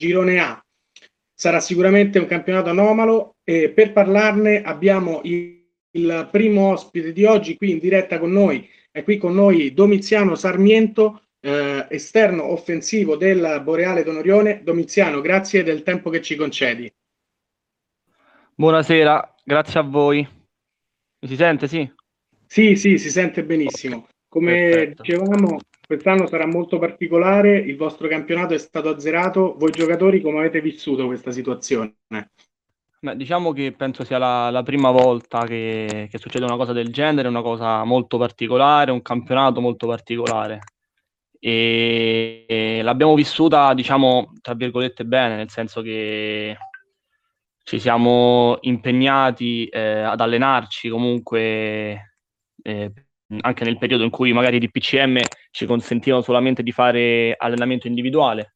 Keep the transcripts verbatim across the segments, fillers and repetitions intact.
girone A. Sarà sicuramente un campionato anomalo e per parlarne abbiamo il, il primo ospite di oggi qui in diretta con noi. È qui con noi Domiziano Sarmiento, eh, esterno offensivo del Boreale Donorione. Domiziano, grazie del tempo che ci concedi. Buonasera, grazie a voi. Mi si sente, sì? Sì, sì, si sente benissimo. Come Perfetto. dicevamo, quest'anno sarà molto particolare, il vostro campionato è stato azzerato. Voi giocatori come avete vissuto questa situazione? Beh, diciamo che penso sia la, la prima volta che, che succede una cosa del genere, una cosa molto particolare, un campionato molto particolare. E, e l'abbiamo vissuta, diciamo, tra virgolette bene, nel senso che ci siamo impegnati eh, ad allenarci comunque eh, anche nel periodo in cui magari i D P C M ci consentivano solamente di fare allenamento individuale.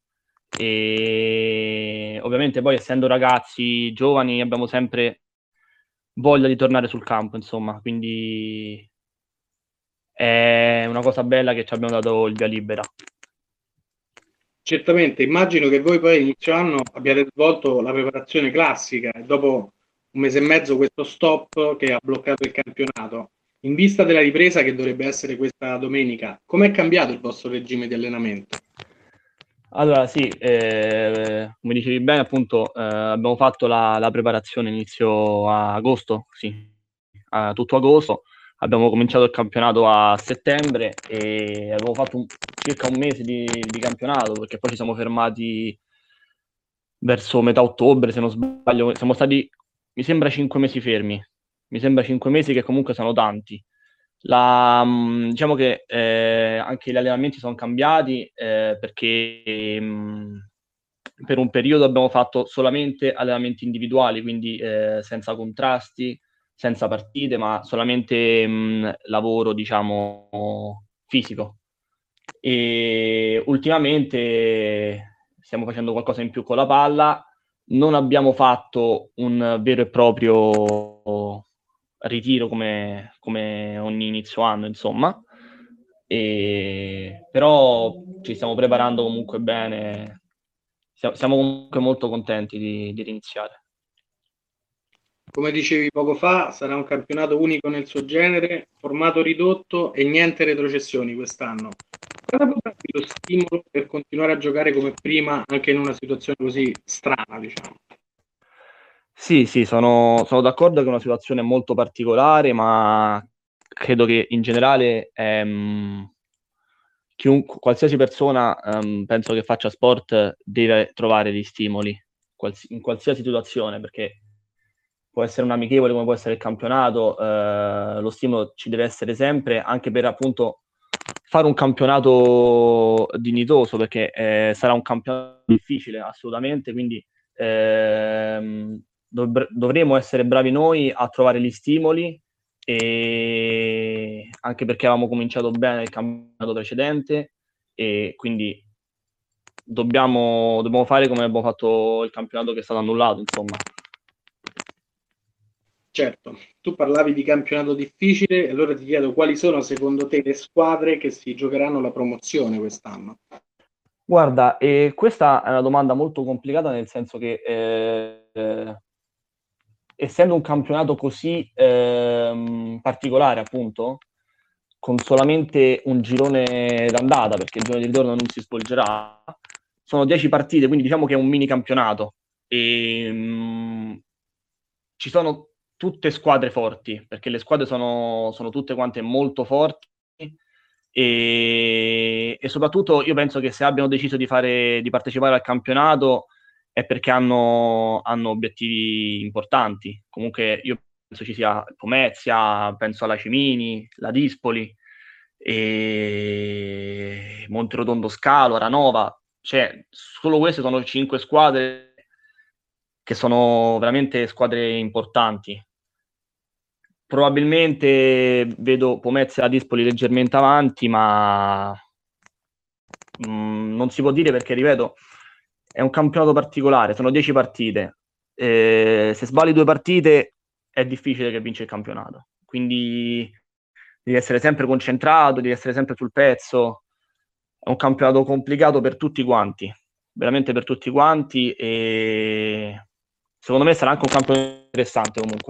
E ovviamente poi, essendo ragazzi giovani, abbiamo sempre voglia di tornare sul campo, insomma, quindi è una cosa bella che ci abbiamo dato il via libera. Certamente, immagino che voi poi inizio anno abbiate svolto la preparazione classica e dopo un mese e mezzo questo stop che ha bloccato il campionato. In vista della ripresa che dovrebbe essere questa domenica, com'è cambiato il vostro regime di allenamento? Allora, sì, eh, come dicevi bene, appunto, eh, abbiamo fatto la, la preparazione inizio a agosto, sì, a tutto agosto. Abbiamo cominciato il campionato a settembre e abbiamo fatto un, circa un mese di, di campionato, perché poi ci siamo fermati verso metà ottobre, se non sbaglio. Siamo stati, mi sembra, cinque mesi fermi. Mi sembra cinque mesi, che comunque sono tanti. La, mh, diciamo che eh, anche gli allenamenti sono cambiati eh, perché mh, per un periodo abbiamo fatto solamente allenamenti individuali, quindi eh, senza contrasti, senza partite, ma solamente mh, lavoro, diciamo, fisico. E ultimamente stiamo facendo qualcosa in più con la palla. Non abbiamo fatto un vero e proprio ritiro come, come ogni inizio anno, insomma, e, però ci stiamo preparando comunque bene. Siamo, siamo comunque molto contenti di, di iniziare. Come dicevi poco fa, sarà un campionato unico nel suo genere, formato ridotto e niente retrocessioni quest'anno. Cosa può darvi lo stimolo per continuare a giocare come prima anche in una situazione così strana, diciamo? Sì, sì, sono, sono d'accordo che è una situazione molto particolare, ma credo che in generale ehm, chiunque, qualsiasi persona ehm, penso che faccia sport deve trovare degli stimoli quals- in qualsiasi situazione, perché può essere un amichevole come può essere il campionato, eh, lo stimolo ci deve essere sempre, anche per appunto fare un campionato dignitoso, perché eh, sarà un campionato difficile assolutamente, quindi ehm, dov- dovremo essere bravi noi a trovare gli stimoli, e anche perché avevamo cominciato bene il campionato precedente e quindi dobbiamo, dobbiamo fare come abbiamo fatto il campionato che è stato annullato, insomma. Certo, tu parlavi di campionato difficile, e allora ti chiedo quali sono secondo te le squadre che si giocheranno la promozione quest'anno? Guarda, e questa è una domanda molto complicata, nel senso che eh, eh, essendo un campionato così ehm, particolare, appunto, con solamente un girone d'andata, perché il girone di ritorno non si svolgerà, sono dieci partite, quindi diciamo che è un mini campionato. E, mh, ci sono tutte squadre forti, perché le squadre sono, sono tutte quante molto forti, e, e soprattutto io penso che se abbiano deciso di, fare, di partecipare al campionato è perché hanno, hanno obiettivi importanti. Comunque io penso ci sia Pomezia, penso alla Cimini, la Dispoli, e Monterotondo Scalo, Ranova, cioè solo queste sono cinque squadre che sono veramente squadre importanti. Probabilmente vedo Pomezia e la Dispoli leggermente avanti, ma mh, non si può dire, perché, ripeto, è un campionato particolare, sono dieci partite. Eh, se sbagli due partite è difficile che vinci il campionato. Quindi devi essere sempre concentrato, devi essere sempre sul pezzo. È un campionato complicato per tutti quanti. veramente per tutti quanti, e secondo me sarà anche un campo interessante comunque.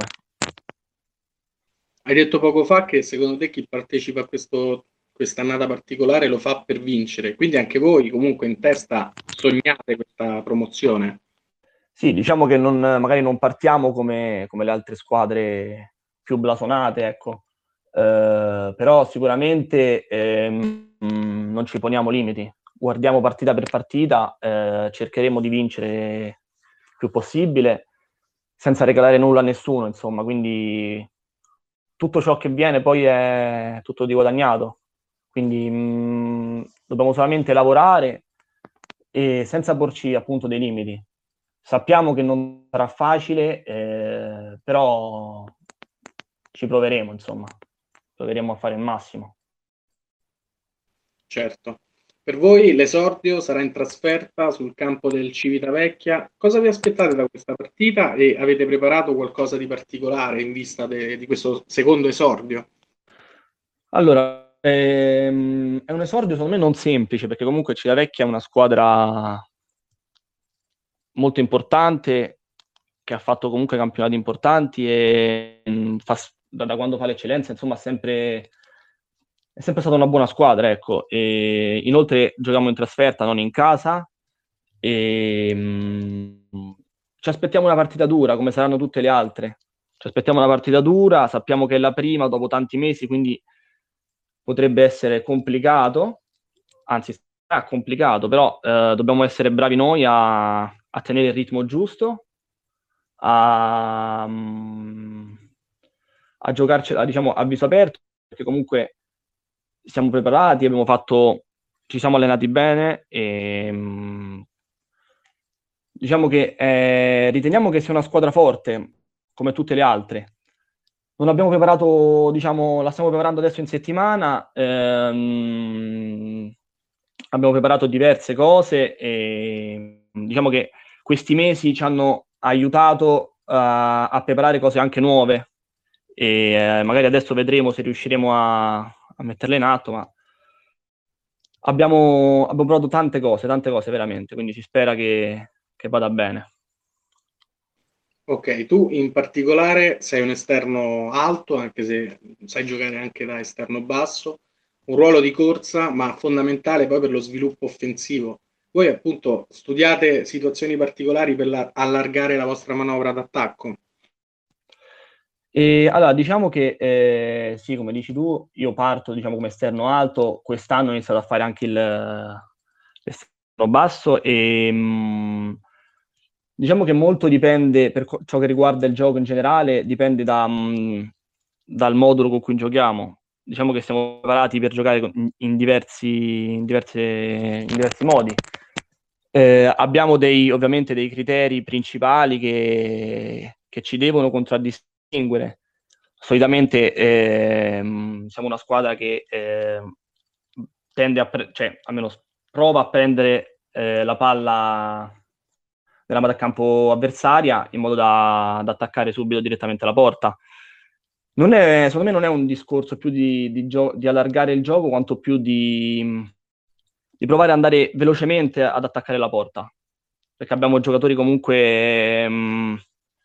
Hai detto poco fa che secondo te chi partecipa a questo, quest'annata particolare lo fa per vincere, quindi anche voi comunque in testa sognate questa promozione. Sì, diciamo che non, magari non partiamo come, come le altre squadre più blasonate, ecco. Eh, però sicuramente ehm, non ci poniamo limiti, guardiamo partita per partita, eh, cercheremo di vincere il più possibile senza regalare nulla a nessuno, insomma, quindi tutto ciò che viene poi è tutto di guadagnato, quindi mh, dobbiamo solamente lavorare e senza porci appunto dei limiti. Sappiamo che non sarà facile, eh, però ci proveremo, insomma, proveremo a fare il massimo. Certo. Per voi l'esordio sarà in trasferta sul campo del Civitavecchia. Cosa vi aspettate da questa partita e avete preparato qualcosa di particolare in vista de- di questo secondo esordio? Allora, ehm, è un esordio secondo me non semplice, perché comunque Civitavecchia è una squadra molto importante, che ha fatto comunque campionati importanti e mh, fa, da, da quando fa l'eccellenza, insomma, è sempre, è sempre stata una buona squadra, ecco. E inoltre giochiamo in trasferta, non in casa, e mh, ci aspettiamo una partita dura, come saranno tutte le altre. Ci aspettiamo una partita dura, sappiamo che è la prima dopo tanti mesi, quindi potrebbe essere complicato, anzi sarà complicato, però eh, dobbiamo essere bravi noi a, a tenere il ritmo giusto, a, a giocarcela, diciamo, a viso aperto, perché comunque siamo preparati, abbiamo fatto, ci siamo allenati bene e diciamo che eh, riteniamo che sia una squadra forte, come tutte le altre. Non abbiamo preparato, diciamo, la stiamo preparando adesso in settimana. Ehm, abbiamo preparato diverse cose e diciamo che questi mesi ci hanno aiutato a, a preparare cose anche nuove e eh, magari adesso vedremo se riusciremo a, a metterle in atto, ma abbiamo, abbiamo provato tante cose, tante cose veramente, quindi si spera che, che vada bene. Ok, tu in particolare sei un esterno alto, anche se sai giocare anche da esterno basso, un ruolo di corsa, ma fondamentale poi per lo sviluppo offensivo. Voi appunto studiate situazioni particolari per la- allargare la vostra manovra d'attacco. E allora, diciamo che eh, sì, come dici tu, io parto diciamo come esterno alto, quest'anno ho iniziato a fare anche il, l'esterno basso e mh, diciamo che molto dipende, per co- ciò che riguarda il gioco in generale, dipende da, mh, dal modulo con cui giochiamo. Diciamo che siamo preparati per giocare con- in, in diversi, in diverse- in diversi modi. Eh, abbiamo dei, ovviamente dei criteri principali che, che ci devono contraddistinguere. Solitamente ehm, siamo una squadra che ehm, tende a, pre- cioè almeno prova a prendere eh, la palla nella metà campo avversaria in modo da, da attaccare subito direttamente la porta. Non è, secondo me non è un discorso più di, di, gio- di allargare il gioco quanto più di, di provare ad andare velocemente ad attaccare la porta, perché abbiamo giocatori comunque mh,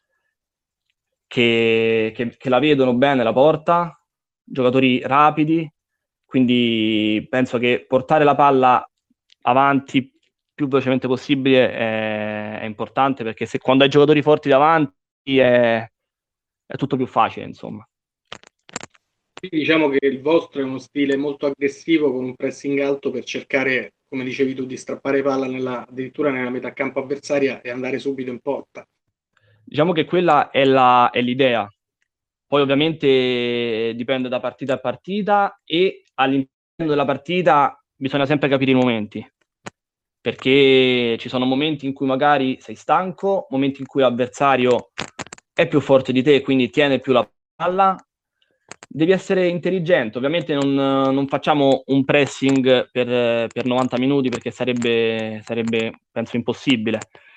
che, che, che la vedono bene la porta, giocatori rapidi, quindi penso che portare la palla avanti più velocemente possibile è, è importante, perché se quando hai giocatori forti davanti è, è tutto più facile, insomma. Quindi diciamo che il vostro è uno stile molto aggressivo con un pressing alto per cercare, come dicevi tu, di strappare palla nella, addirittura nella metà campo avversaria e andare subito in porta. Diciamo che quella è, la, è l'idea. Poi ovviamente dipende da partita a partita e all'interno della partita bisogna sempre capire i momenti, perché ci sono momenti in cui magari sei stanco, momenti in cui l'avversario è più forte di te, quindi tiene più la palla. Devi essere intelligente, ovviamente non, non facciamo un pressing per, per novanta minuti perché sarebbe, sarebbe, penso, impossibile.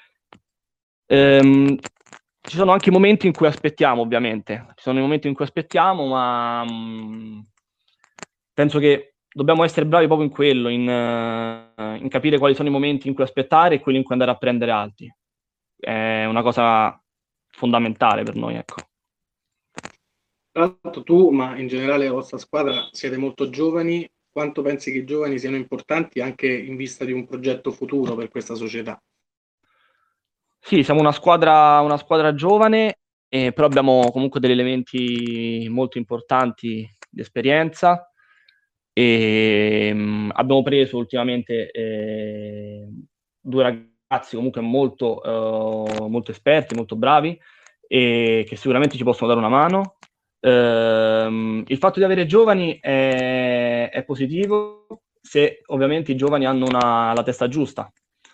Ehm, ci sono anche momenti in cui aspettiamo, ovviamente. Ci sono i momenti in cui aspettiamo, ma mh, penso che dobbiamo essere bravi proprio in quello, in, uh, in capire quali sono i momenti in cui aspettare e quelli in cui andare a prendere alti. È una cosa fondamentale per noi, ecco. Tra l'altro tu, ma in generale la vostra squadra, siete molto giovani. Quanto pensi che i giovani siano importanti anche in vista di un progetto futuro per questa società? Sì, siamo una squadra, una squadra giovane, eh, però abbiamo comunque degli elementi molto importanti di esperienza e mh, abbiamo preso ultimamente eh, due ragazzi comunque molto, eh, molto esperti, molto bravi e che sicuramente ci possono dare una mano. Ehm, il fatto di avere giovani è, è positivo se ovviamente i giovani hanno una, la testa giusta.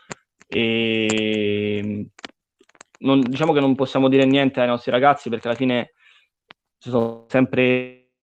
E non, diciamo che non possiamo dire niente ai nostri ragazzi perché alla fine ci sono sempre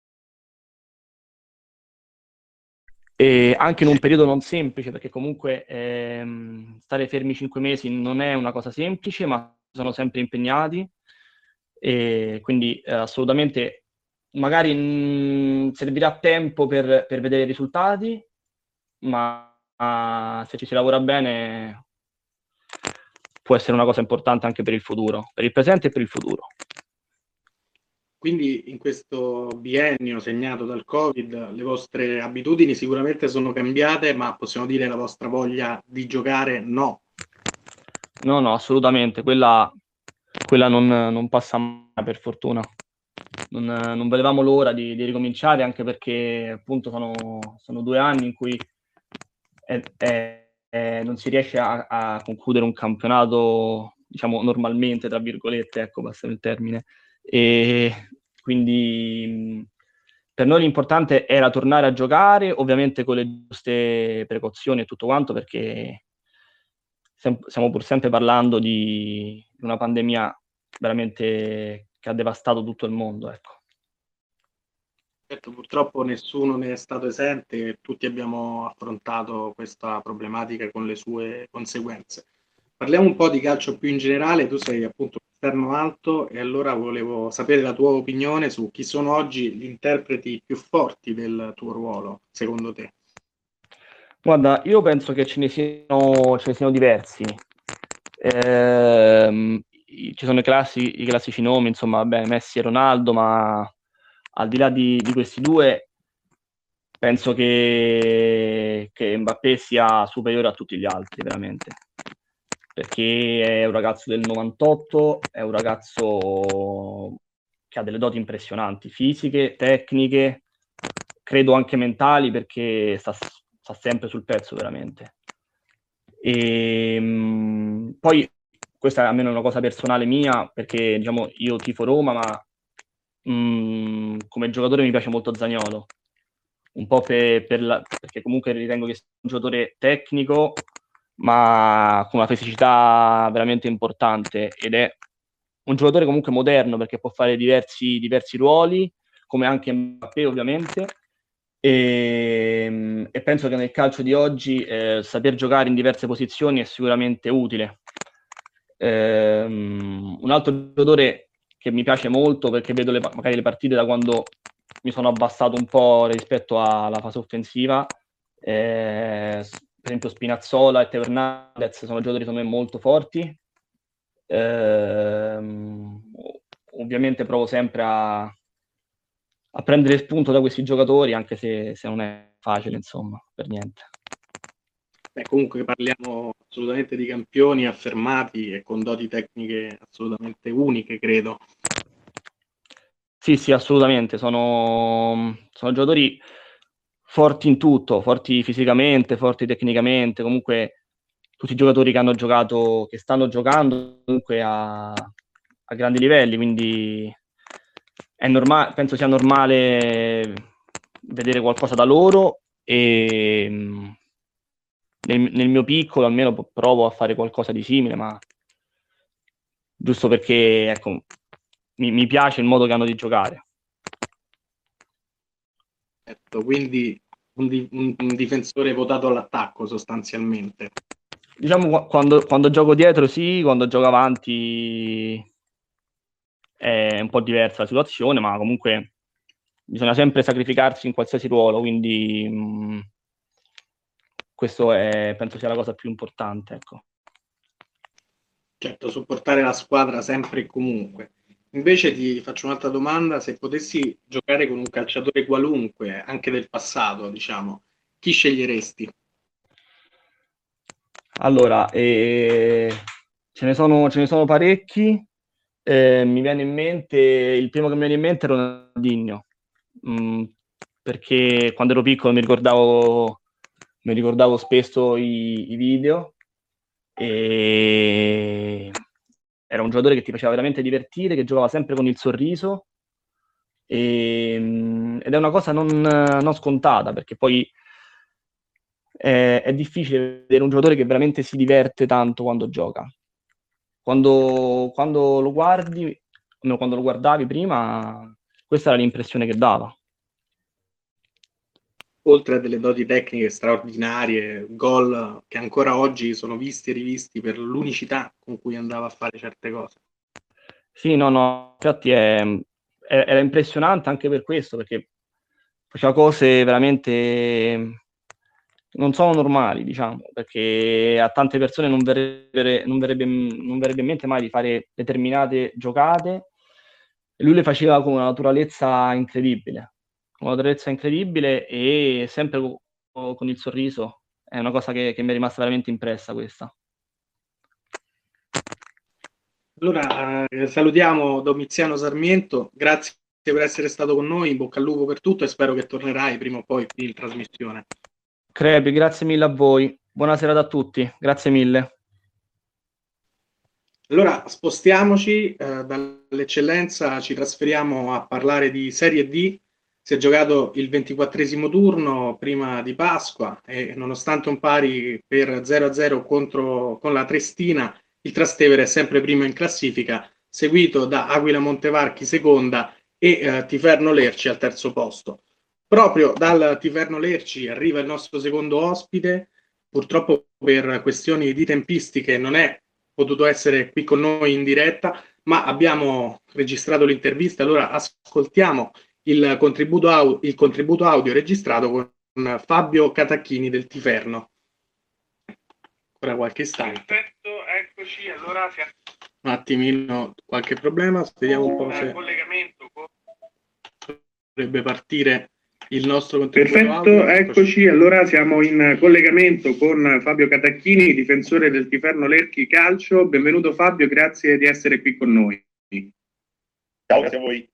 e anche in un periodo non semplice, perché comunque ehm, stare fermi cinque mesi non è una cosa semplice, ma sono sempre impegnati e quindi eh, assolutamente magari mh, servirà tempo per, per vedere i risultati, ma uh, se ci si lavora bene può essere una cosa importante anche per il futuro, per il presente e per il futuro. Quindi in questo biennio segnato dal Covid le vostre abitudini sicuramente sono cambiate, ma possiamo dire la vostra voglia di giocare no? No, no, assolutamente, quella, quella non, non passa mai per fortuna. Non, non vedevamo l'ora di, di ricominciare, anche perché appunto sono, sono due anni in cui è, è, è, non si riesce a, a concludere un campionato, diciamo, normalmente, tra virgolette, ecco, basta il termine. E quindi per noi l'importante era tornare a giocare, ovviamente con le giuste precauzioni e tutto quanto, perché stiamo pur sempre parlando di una pandemia veramente che ha devastato tutto il mondo, ecco. Certo, purtroppo nessuno ne è stato esente, tutti abbiamo affrontato questa problematica con le sue conseguenze. Parliamo un po' di calcio più in generale, tu sei appunto esterno alto e allora volevo sapere la tua opinione su chi sono oggi gli interpreti più forti del tuo ruolo, secondo te. Guarda, io penso che ce ne siano, ce ne siano diversi. Ehm, ci sono i, classi, i classici nomi, insomma, vabbè, Messi e Ronaldo, ma al di là di, di questi due, penso che, che Mbappé sia superiore a tutti gli altri, veramente. Perché è un ragazzo del novantotto, è un ragazzo che ha delle doti impressionanti, fisiche, tecniche, credo anche mentali, perché sta, sta sempre sul pezzo, veramente. E, mh, poi, questa è almeno una cosa personale mia, perché diciamo io tifo Roma, ma mh, come giocatore mi piace molto Zaniolo. Un po' per, per la, perché comunque ritengo che sia un giocatore tecnico, ma con una fisicità veramente importante, ed è un giocatore comunque moderno perché può fare diversi, diversi ruoli, come anche Mbappé ovviamente, e, e penso che nel calcio di oggi eh, saper giocare in diverse posizioni è sicuramente utile. Eh, un altro giocatore che mi piace molto, perché vedo le, magari le partite da quando mi sono abbassato un po' rispetto alla fase offensiva, eh, per esempio Spinazzola e Teo Hernandez sono giocatori secondo me molto forti. Eh, ovviamente provo sempre a, a prendere spunto da questi giocatori, anche se, se non è facile, insomma, per niente. Beh, comunque parliamo assolutamente di campioni affermati e con doti tecniche assolutamente uniche, credo. Sì, sì, assolutamente, sono, sono giocatori forti in tutto, forti fisicamente, forti tecnicamente, comunque tutti i giocatori che hanno giocato, che stanno giocando comunque a, a grandi livelli, quindi è normale, penso sia normale vedere qualcosa da loro e nel, nel mio piccolo almeno provo a fare qualcosa di simile, ma giusto perché ecco, mi, mi piace il modo che hanno di giocare. Certo, quindi un, di, un, un difensore votato all'attacco sostanzialmente. Diciamo quando, quando gioco dietro sì, quando gioco avanti è un po' diversa la situazione, ma comunque bisogna sempre sacrificarsi in qualsiasi ruolo, quindi mh, questo è, penso sia la cosa più importante, ecco. Certo, supportare la squadra sempre e comunque. Invece ti faccio un'altra domanda: se potessi giocare con un calciatore qualunque, anche del passato, diciamo, chi sceglieresti? Allora, eh, ce ne sono, ce ne sono parecchi. Eh, mi viene in mente, il primo che mi viene in mente è Ronaldinho, mm, perché quando ero piccolo mi ricordavo, mi ricordavo spesso i, i video e era un giocatore che ti faceva veramente divertire, che giocava sempre con il sorriso e, ed è una cosa non, non scontata, perché poi è, è difficile vedere un giocatore che veramente si diverte tanto quando gioca. Quando, quando lo guardi, no, quando lo guardavi prima, questa era l'impressione che dava. Oltre a delle doti tecniche straordinarie, gol che ancora oggi sono visti e rivisti per l'unicità con cui andava a fare certe cose. Sì, no, no, infatti è, è, era impressionante anche per questo, perché faceva cose veramente non sono normali, diciamo, perché a tante persone non verrebbe, non verrebbe, non verrebbe in mente mai di fare determinate giocate e lui le faceva con una naturalezza incredibile, con una naturalezza incredibile e sempre con, con il sorriso. È una cosa che, che mi è rimasta veramente impressa questa. Allora, eh, salutiamo Domiziano Sarmiento, grazie per essere stato con noi, in bocca al lupo per tutto e spero che tornerai prima o poi qui in trasmissione. Crepi, grazie mille a voi, buona serata a tutti, grazie mille. Allora, spostiamoci eh, dall'eccellenza, ci trasferiamo a parlare di Serie D. Si è giocato il ventiquattresimo turno prima di Pasqua e nonostante un pari per zero a zero contro, con la Triestina, il Trastevere è sempre primo in classifica, seguito da Aquila Montevarchi seconda e eh, Tiferno Lerci al terzo posto. Proprio dal Tiferno Lerci arriva il nostro secondo ospite, purtroppo per questioni di tempistiche non è potuto essere qui con noi in diretta, ma abbiamo registrato l'intervista, allora ascoltiamo il contributo, au- il contributo audio registrato con Fabio Catacchini del Tiferno. Ancora qualche istante. Perfetto, eccoci, allora siamo... Un attimino, qualche problema, vediamo un po' se... collegamento con... dovrebbe partire il nostro contributo Perfetto, audio. Eccoci, allora siamo in collegamento con Fabio Catacchini, difensore del Tiferno Lerchi Calcio. Benvenuto Fabio, grazie di essere qui con noi. Ciao, grazie a voi.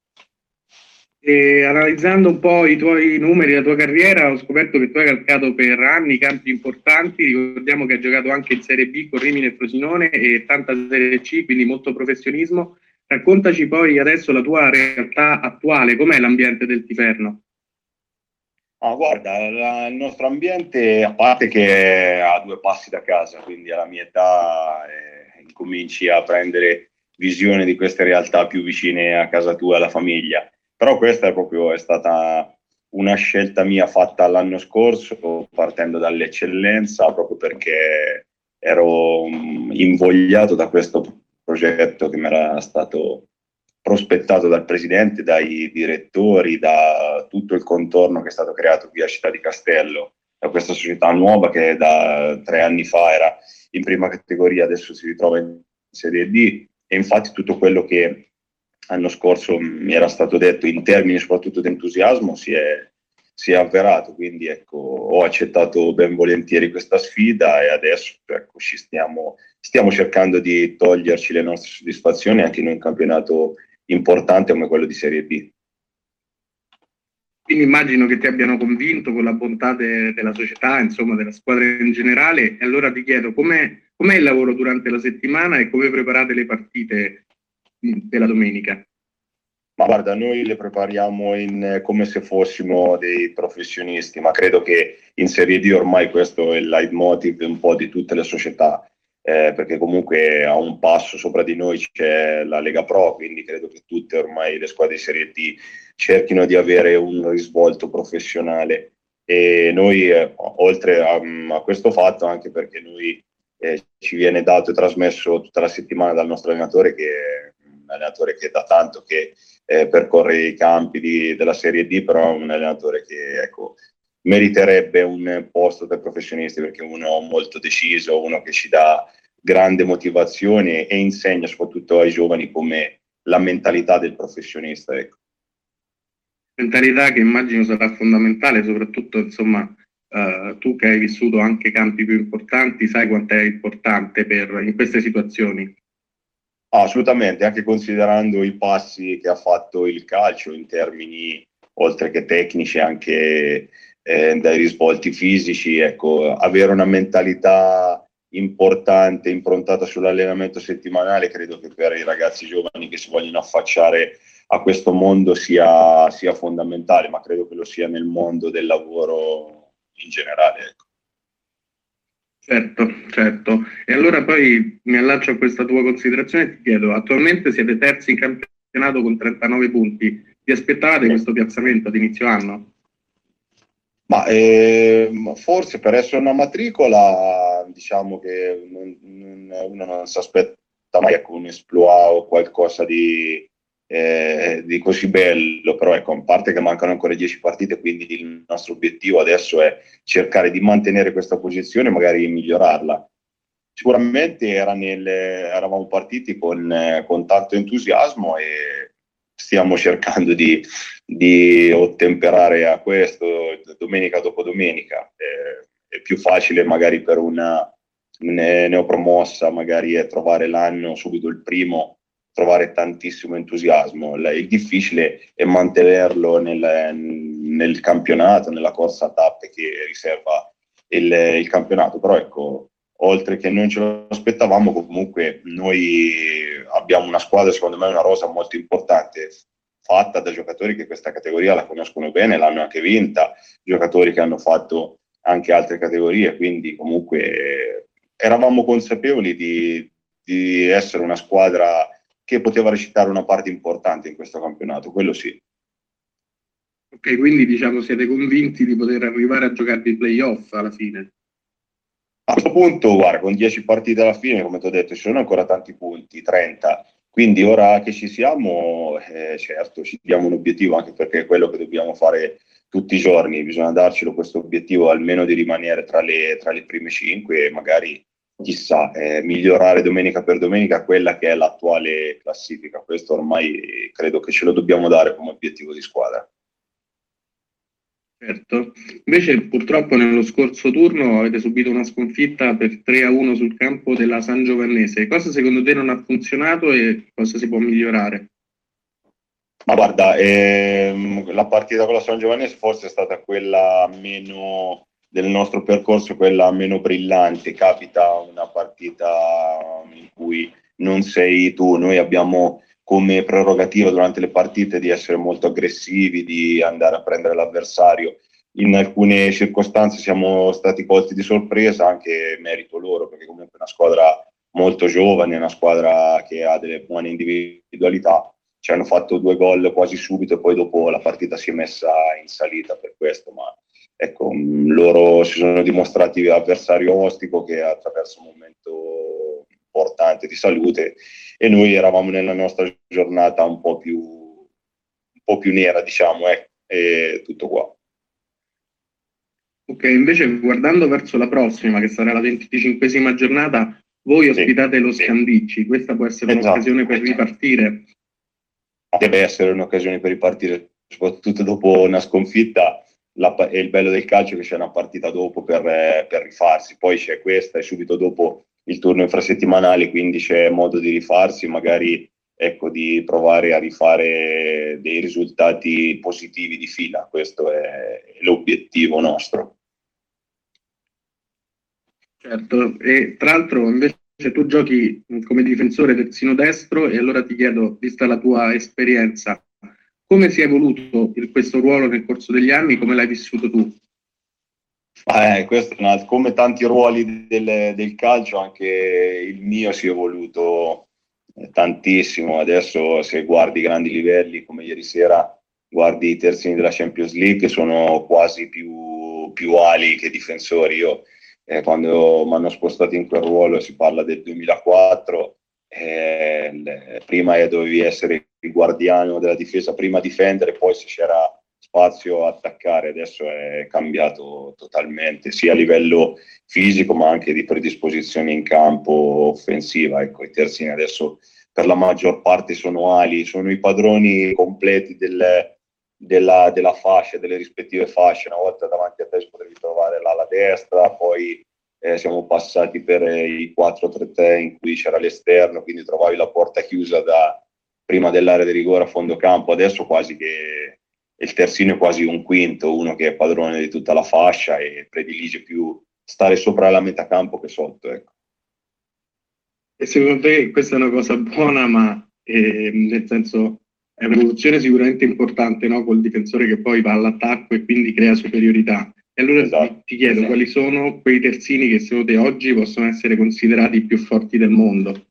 E analizzando un po' i tuoi numeri, la tua carriera, ho scoperto che tu hai calcato per anni campi importanti. Ricordiamo che hai giocato anche in Serie B con Rimini e Frosinone e tanta Serie C, quindi molto professionismo. Raccontaci poi adesso la tua realtà attuale, com'è l'ambiente del Tiferno? Ah, guarda, la- il nostro ambiente, a parte che è a due passi da casa, quindi alla mia età eh, incominci a prendere visione di queste realtà più vicine a casa tua, alla famiglia. Però questa è proprio è stata una scelta mia fatta l'anno scorso, partendo dall'eccellenza, proprio perché ero mm, invogliato da questo progetto che mi era stato prospettato dal presidente, dai direttori, da tutto il contorno che è stato creato via Città di Castello, da questa società nuova che da tre anni fa era in prima categoria, adesso si ritrova in Serie D, e infatti tutto quello che l'anno scorso mi era stato detto in termini soprattutto di entusiasmo si è, si è avverato, quindi ecco, ho accettato ben volentieri questa sfida e adesso ecco, ci stiamo, stiamo cercando di toglierci le nostre soddisfazioni anche in un campionato importante come quello di Serie B. Quindi immagino che ti abbiano convinto con la bontà de- della società, insomma della squadra in generale, e allora ti chiedo com'è, com'è il lavoro durante la settimana e come preparate le partite della domenica? Ma guarda, noi le prepariamo in, come se fossimo dei professionisti, ma credo che in Serie D ormai questo è il leitmotiv un po' di tutte le società, eh, perché comunque a un passo sopra di noi c'è la Lega Pro, quindi credo che tutte ormai le squadre di Serie D cerchino di avere un risvolto professionale. E noi, eh, oltre a, a questo fatto, anche perché noi eh, ci viene dato e trasmesso tutta la settimana dal nostro allenatore, che è un allenatore che da tanto che eh, percorre i campi di, della Serie D, però è un allenatore che, ecco, meriterebbe un posto per professionisti, perché è uno molto deciso, uno che ci dà grande motivazione e insegna soprattutto ai giovani come la mentalità del professionista, ecco. Mentalità che immagino sarà fondamentale, soprattutto insomma Uh, tu che hai vissuto anche campi più importanti, sai quanto è importante per, in queste situazioni. Ah, assolutamente, anche considerando i passi che ha fatto il calcio in termini, oltre che tecnici, anche eh, dai risvolti fisici, ecco, avere una mentalità importante, improntata sull'allenamento settimanale, credo che per i ragazzi giovani che si vogliono affacciare a questo mondo sia, sia fondamentale, ma credo che lo sia nel mondo del lavoro in generale, ecco. Certo, certo. E allora poi mi allaccio a questa tua considerazione e ti chiedo, attualmente siete terzi in campionato con trentanove punti, vi aspettavate questo piazzamento ad inizio anno? Ma eh, forse per essere una matricola, diciamo che non, non, uno non si aspetta mai, ecco, un esploit o qualcosa di, eh, di così bello, però ecco, a parte che mancano ancora dieci partite, quindi il nostro obiettivo adesso è cercare di mantenere questa posizione e magari migliorarla. Sicuramente era nel, eravamo partiti con, eh, con tanto entusiasmo e stiamo cercando di, di ottemperare a questo domenica dopo domenica. Eh, è più facile magari per una ne- neopromossa magari è trovare l'anno subito il primo, trovare tantissimo entusiasmo. Il, il difficile è mantenerlo nel, nel campionato, nella corsa a tappe che riserva il, il campionato, però ecco, oltre che non ce lo aspettavamo, comunque noi abbiamo una squadra, secondo me una rosa molto importante, fatta da giocatori che questa categoria la conoscono bene, l'hanno anche vinta, giocatori che hanno fatto anche altre categorie, quindi comunque eh, eravamo consapevoli di, di essere una squadra che poteva recitare una parte importante in questo campionato, quello sì. Ok, quindi diciamo siete convinti di poter arrivare a giocare i playoff alla fine? A questo punto, guarda, con dieci partite alla fine, come ti ho detto, ci sono ancora tanti punti, trenta, quindi ora che ci siamo, eh, certo, ci diamo un obiettivo, anche perché è quello che dobbiamo fare tutti i giorni, bisogna darcelo questo obiettivo almeno di rimanere tra le, tra le prime cinque e magari, chissà, eh, migliorare domenica per domenica quella che è l'attuale classifica. Questo ormai credo che ce lo dobbiamo dare come obiettivo di squadra. Certo, invece purtroppo nello scorso turno avete subito una sconfitta per tre a uno sul campo della San Giovannese. Cosa secondo te non ha funzionato e cosa si può migliorare? Ma guarda, ehm, la partita con la San Giovannese forse è stata quella meno del nostro percorso, quella meno brillante. Capita una partita in cui non sei tu, noi abbiamo come prerogativa durante le partite di essere molto aggressivi, di andare a prendere l'avversario. In alcune circostanze siamo stati colti di sorpresa, anche merito loro, perché comunque è una squadra molto giovane, una squadra che ha delle buone individualità. Ci hanno fatto due gol quasi subito e poi dopo la partita si è messa in salita per questo, ma ecco, loro si sono dimostrati avversario ostico che attraverso un momento importante di salute e noi eravamo nella nostra giornata un po' più, un po' più nera, diciamo, eh, e tutto qua. Ok, invece guardando verso la prossima, che sarà la venticinquesima giornata, voi ospitate sì, lo Scandicci, questa può essere esatto, un'occasione per ripartire? Deve essere un'occasione per ripartire, soprattutto dopo una sconfitta. La, è il bello del calcio che c'è una partita dopo per, eh, per rifarsi, poi c'è questa e subito dopo il turno infrasettimanale, quindi c'è modo di rifarsi, magari ecco, di provare a rifare dei risultati positivi di fila. Questo è l'obiettivo nostro. Certo, e tra l'altro invece tu giochi come difensore terzino destro e allora ti chiedo, vista la tua esperienza, come si è evoluto il, questo ruolo nel corso degli anni, come l'hai vissuto tu? Eh, questo è una, come tanti ruoli del, del calcio, anche il mio si è evoluto tantissimo. Adesso se guardi i grandi livelli come ieri sera, guardi i terzini della Champions League, sono quasi più, più ali che difensori. Io eh, quando mi hanno spostato in quel ruolo, si parla del duemilaquattro, eh, prima dovevi essere il guardiano della difesa, prima difendere, poi se c'era spazio attaccare. Adesso è cambiato totalmente, sia a livello fisico ma anche di predisposizione in campo offensiva. Ecco, i terzini adesso per la maggior parte sono ali, sono i padroni completi del, della, della fascia, delle rispettive fasce. Una volta davanti a te potevi trovare l'ala destra, poi eh, siamo passati per i quattro tre tre in cui c'era l'esterno, quindi trovavi la porta chiusa da prima dell'area di rigore a fondo campo. Adesso quasi che il terzino è quasi un quinto, uno che è padrone di tutta la fascia e predilige più stare sopra la metà campo che sotto, ecco. E secondo te questa è una cosa buona, ma eh, nel senso è un'evoluzione sicuramente importante, no? Col difensore che poi va all'attacco e quindi crea superiorità. E allora esatto. ti, ti chiedo, esatto. quali sono quei terzini che secondo te oggi possono essere considerati i più forti del mondo?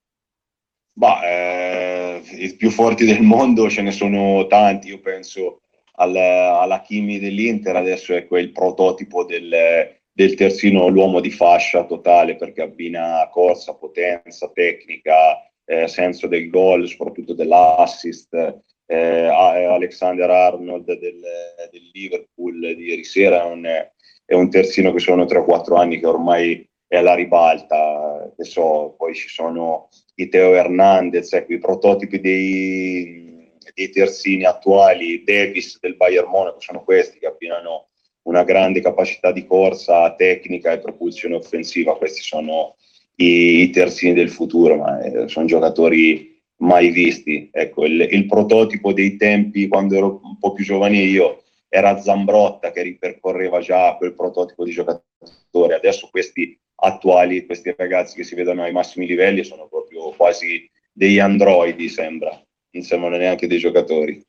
Bah, eh, i più forti del mondo ce ne sono tanti. Io penso al, all'Hakimi dell'Inter, adesso è quel prototipo del, del terzino, l'uomo di fascia totale, perché abbina corsa, potenza, tecnica, eh, senso del gol, soprattutto dell'assist. Eh, Alexander Arnold del, del Liverpool di ieri sera è un, è un terzino che sono tre o quattro anni che ormai è alla ribalta. Che so, poi ci sono i Teo Hernandez, ecco, i prototipi dei, dei terzini attuali. Davis del Bayern Monaco sono questi che abbinano una grande capacità di corsa, tecnica e propulsione offensiva. Questi sono i, i terzini del futuro, ma eh, sono giocatori mai visti. Ecco, il, il prototipo dei tempi quando ero un po' più giovane io era Zambrotta, che ripercorreva già quel prototipo di giocatore. Adesso questi attuali, questi ragazzi che si vedono ai massimi livelli sono proprio quasi degli androidi, sembra, non sembrano neanche dei giocatori.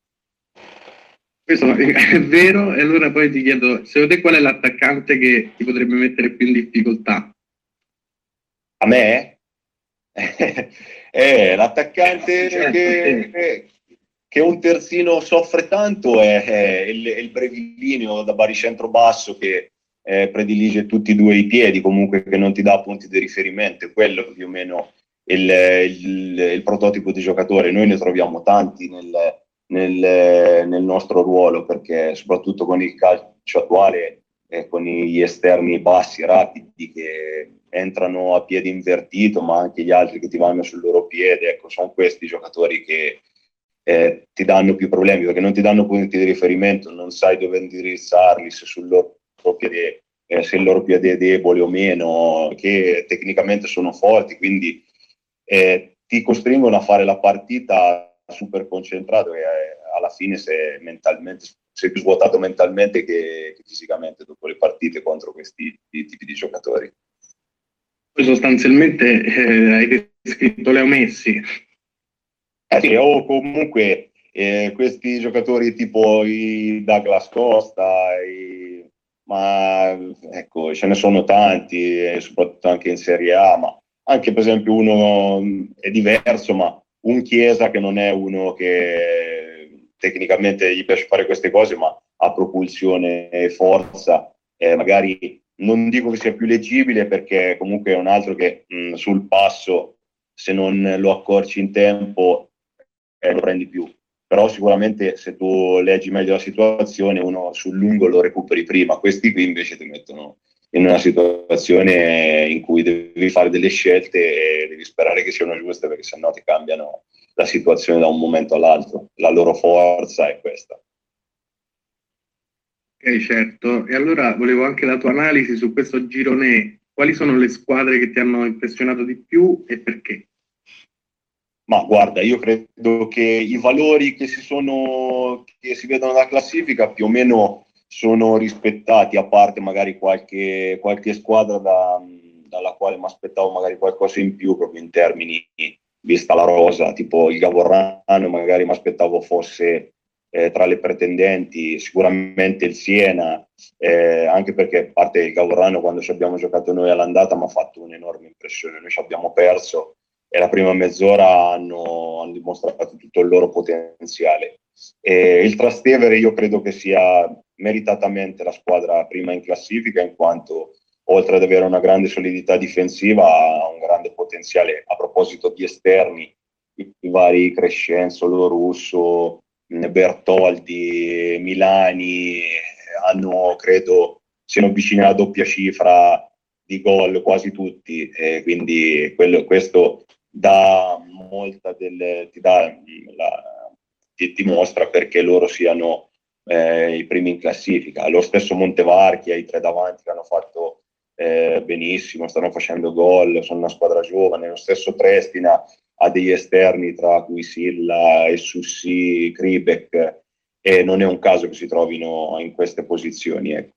Questo è vero. E allora poi ti chiedo, secondo te qual è l'attaccante che ti potrebbe mettere più in difficoltà? A me? eh, l'attaccante che, che un terzino soffre tanto è, è il, il brevilineo da baricentro basso che eh, predilige tutti e due i piedi, comunque che non ti dà punti di riferimento. Quello più o meno il, il, il prototipo di giocatore. Noi ne troviamo tanti nel, nel, nel nostro ruolo, perché soprattutto con il calcio attuale, eh, con gli esterni bassi, rapidi, che entrano a piede invertito, ma anche gli altri che ti vanno sul loro piede, ecco, sono questi giocatori che eh, ti danno più problemi, perché non ti danno punti di riferimento, non sai dove indirizzarli, se sul loro piede, eh, se il loro piede è debole o meno, che tecnicamente sono forti, quindi eh, ti costringono a fare la partita super concentrato e eh, alla fine se mentalmente sei più svuotato mentalmente che, che fisicamente dopo le partite contro questi tipi di giocatori. Poi sostanzialmente eh, hai descritto Leo Messi. Eh sì, o comunque eh, questi giocatori tipo i Douglas Costa, i, ma ecco, ce ne sono tanti, eh, soprattutto anche in Serie A, ma anche per esempio uno è diverso, ma un Chiesa che non è uno che tecnicamente gli piace fare queste cose, ma ha propulsione e forza, eh, magari non dico che sia più leggibile, perché comunque è un altro che mh, sul passo, se non lo accorci in tempo, eh, lo prendi più. Però sicuramente se tu leggi meglio la situazione, uno sul lungo lo recuperi prima. Questi qui invece ti mettono in una situazione in cui devi fare delle scelte e devi sperare che siano giuste, perché sennò ti cambiano la situazione da un momento all'altro. La loro forza è questa. Ok, certo. E allora volevo anche la tua analisi su questo girone. Quali sono le squadre che ti hanno impressionato di più e perché? Ma guarda, io credo che i valori che si sono che si vedono dalla classifica più o meno sono rispettati, a parte magari qualche, qualche squadra da, dalla quale mi aspettavo magari qualcosa in più, proprio in termini, vista la rosa, tipo il Gavorrano, magari mi aspettavo fosse eh, tra le pretendenti, sicuramente il Siena, eh, anche perché a parte il Gavorrano, quando ci abbiamo giocato noi all'andata mi ha fatto un'enorme impressione. Noi ci abbiamo perso e la prima mezz'ora hanno, hanno dimostrato tutto il loro potenziale. E il Trastevere io credo che sia meritatamente la squadra prima in classifica, in quanto oltre ad avere una grande solidità difensiva ha un grande potenziale. A proposito di esterni, i, i vari Crescenzo, Russo, Bertoldi, Milani hanno, credo, siano vicini alla doppia cifra di gol quasi tutti, e quindi quello, questo dà molta del, ti, dà, la, ti dimostra perché loro siano eh, i primi in classifica. Lo stesso Montevarchi, i tre davanti che hanno fatto eh, benissimo, stanno facendo gol, sono una squadra giovane. Lo stesso Trestina ha degli esterni tra cui Silla e Sussi, Kribek, e non è un caso che si trovino in queste posizioni, ecco.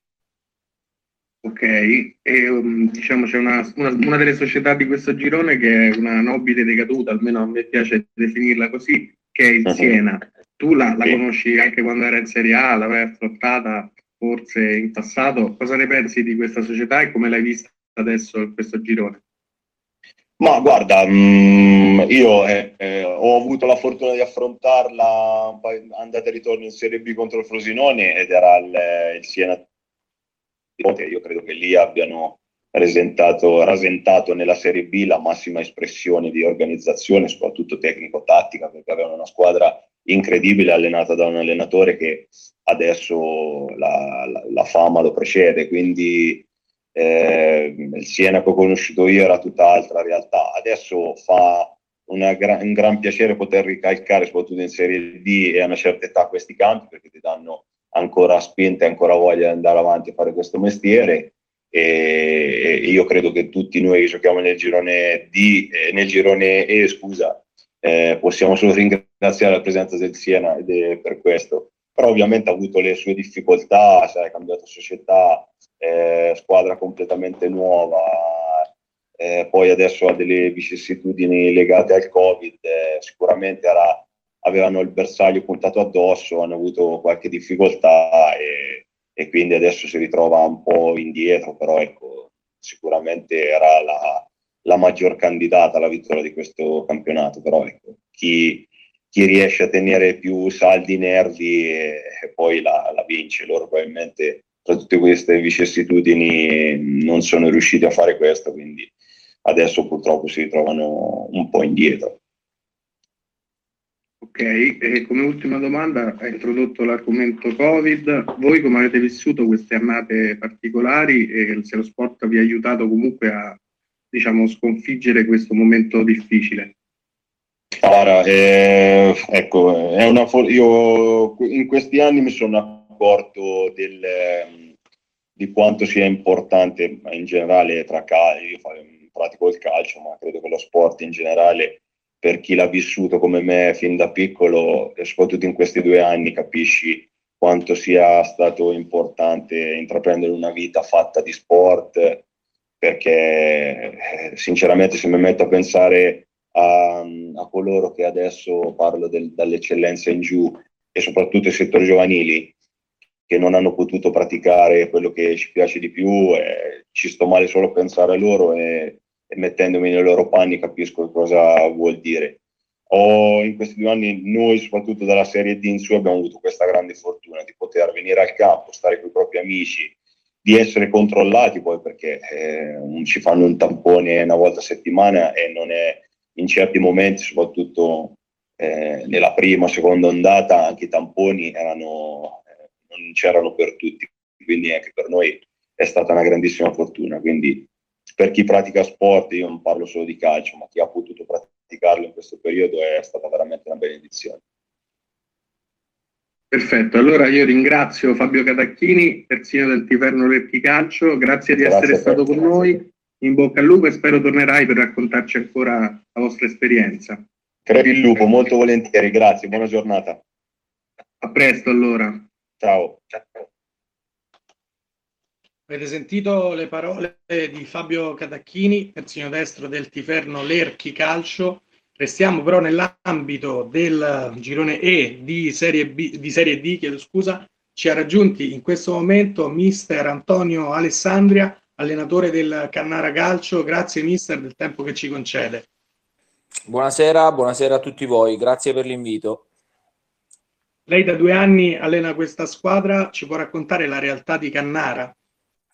Ok, e um, diciamo c'è una, una, una delle società di questo girone che è una nobile decaduta, almeno a me piace definirla così, che è il uh-huh. Siena. Tu la, la sì. conosci anche quando era in Serie A, l'avevi affrontata forse in passato. Cosa ne pensi di questa società e come l'hai vista adesso in questo girone? Ma guarda, mh, io eh, eh, ho avuto la fortuna di affrontarla andata e ritorno in Serie B contro il Frosinone ed era il, il Siena. Io credo che lì abbiano rasentato, rasentato nella Serie B la massima espressione di organizzazione, soprattutto tecnico-tattica, perché avevano una squadra incredibile allenata da un allenatore che adesso la, la, la fama lo precede, quindi eh, il Siena che ho conosciuto io era tutt'altra realtà. Adesso fa una gra- un gran piacere poter ricalcare, soprattutto in Serie D e a una certa età, questi campi, perché ti danno ancora spinta e ancora voglia di andare avanti a fare questo mestiere, e, e io credo che tutti noi che giochiamo nel girone D, eh, nel girone E, scusa, eh, possiamo solo ringraziare la presenza del Siena ed è per questo. Però ovviamente ha avuto le sue difficoltà, cioè, ha cambiato società, eh, squadra completamente nuova, eh, poi adesso ha delle vicissitudini legate al Covid, eh, sicuramente era avevano il bersaglio puntato addosso, hanno avuto qualche difficoltà e, e quindi adesso si ritrova un po' indietro, però ecco, sicuramente era la, la maggior candidata alla vittoria di questo campionato, però ecco, chi, chi riesce a tenere più saldi i nervi e, e poi la, la vince. Loro probabilmente tra tutte queste vicissitudini non sono riusciti a fare questo, quindi adesso purtroppo si ritrovano un po' indietro. Ok, e come ultima domanda, hai introdotto l'argomento Covid. Voi come avete vissuto queste annate particolari e se lo sport vi ha aiutato comunque a, diciamo, sconfiggere questo momento difficile? Allora, eh, ecco, è una for- io in questi anni mi sono accorto del, eh, di quanto sia importante in generale tra calcio, io pratico il calcio, ma credo che lo sport in generale, per chi l'ha vissuto come me fin da piccolo, e soprattutto in questi due anni, capisci quanto sia stato importante intraprendere una vita fatta di sport, perché eh, sinceramente se mi metto a pensare a, a coloro che adesso parlo del, dall'eccellenza in giù e soprattutto i settori giovanili che non hanno potuto praticare quello che ci piace di più, eh, ci sto male solo a pensare a loro e, e mettendomi nei loro panni capisco cosa vuol dire. Ho, in questi due anni noi soprattutto dalla Serie D in su abbiamo avuto questa grande fortuna di poter venire al campo, stare con i propri amici, di essere controllati poi perché eh, ci fanno un tampone una volta a settimana e non è in certi momenti, soprattutto eh, nella prima, seconda ondata, anche i tamponi erano, eh, non c'erano per tutti, quindi anche per noi è stata una grandissima fortuna. Quindi per chi pratica sport, io non parlo solo di calcio, ma chi ha potuto praticarlo in questo periodo è stata veramente una benedizione. Perfetto, allora io ringrazio Fabio Catacchini, terzino del Tiferno Lerchi Calcio, grazie di grazie essere stato con noi, in bocca al lupo e spero tornerai per raccontarci ancora la vostra esperienza. Crepi il lupo, molto volentieri, grazie, buona giornata. A presto allora. Ciao. Ciao. Avete sentito le parole di Fabio Catacchini, terzino destro del Tiferno Lerchi Calcio. Restiamo però nell'ambito del girone E di Serie B, di Serie D, chiedo scusa. Ci ha raggiunti in questo momento mister Antonio Alessandria, allenatore del Cannara Calcio. Grazie mister del tempo che ci concede. Buonasera, buonasera a tutti voi, grazie per l'invito. Lei da due anni allena questa squadra, ci può raccontare la realtà di Cannara?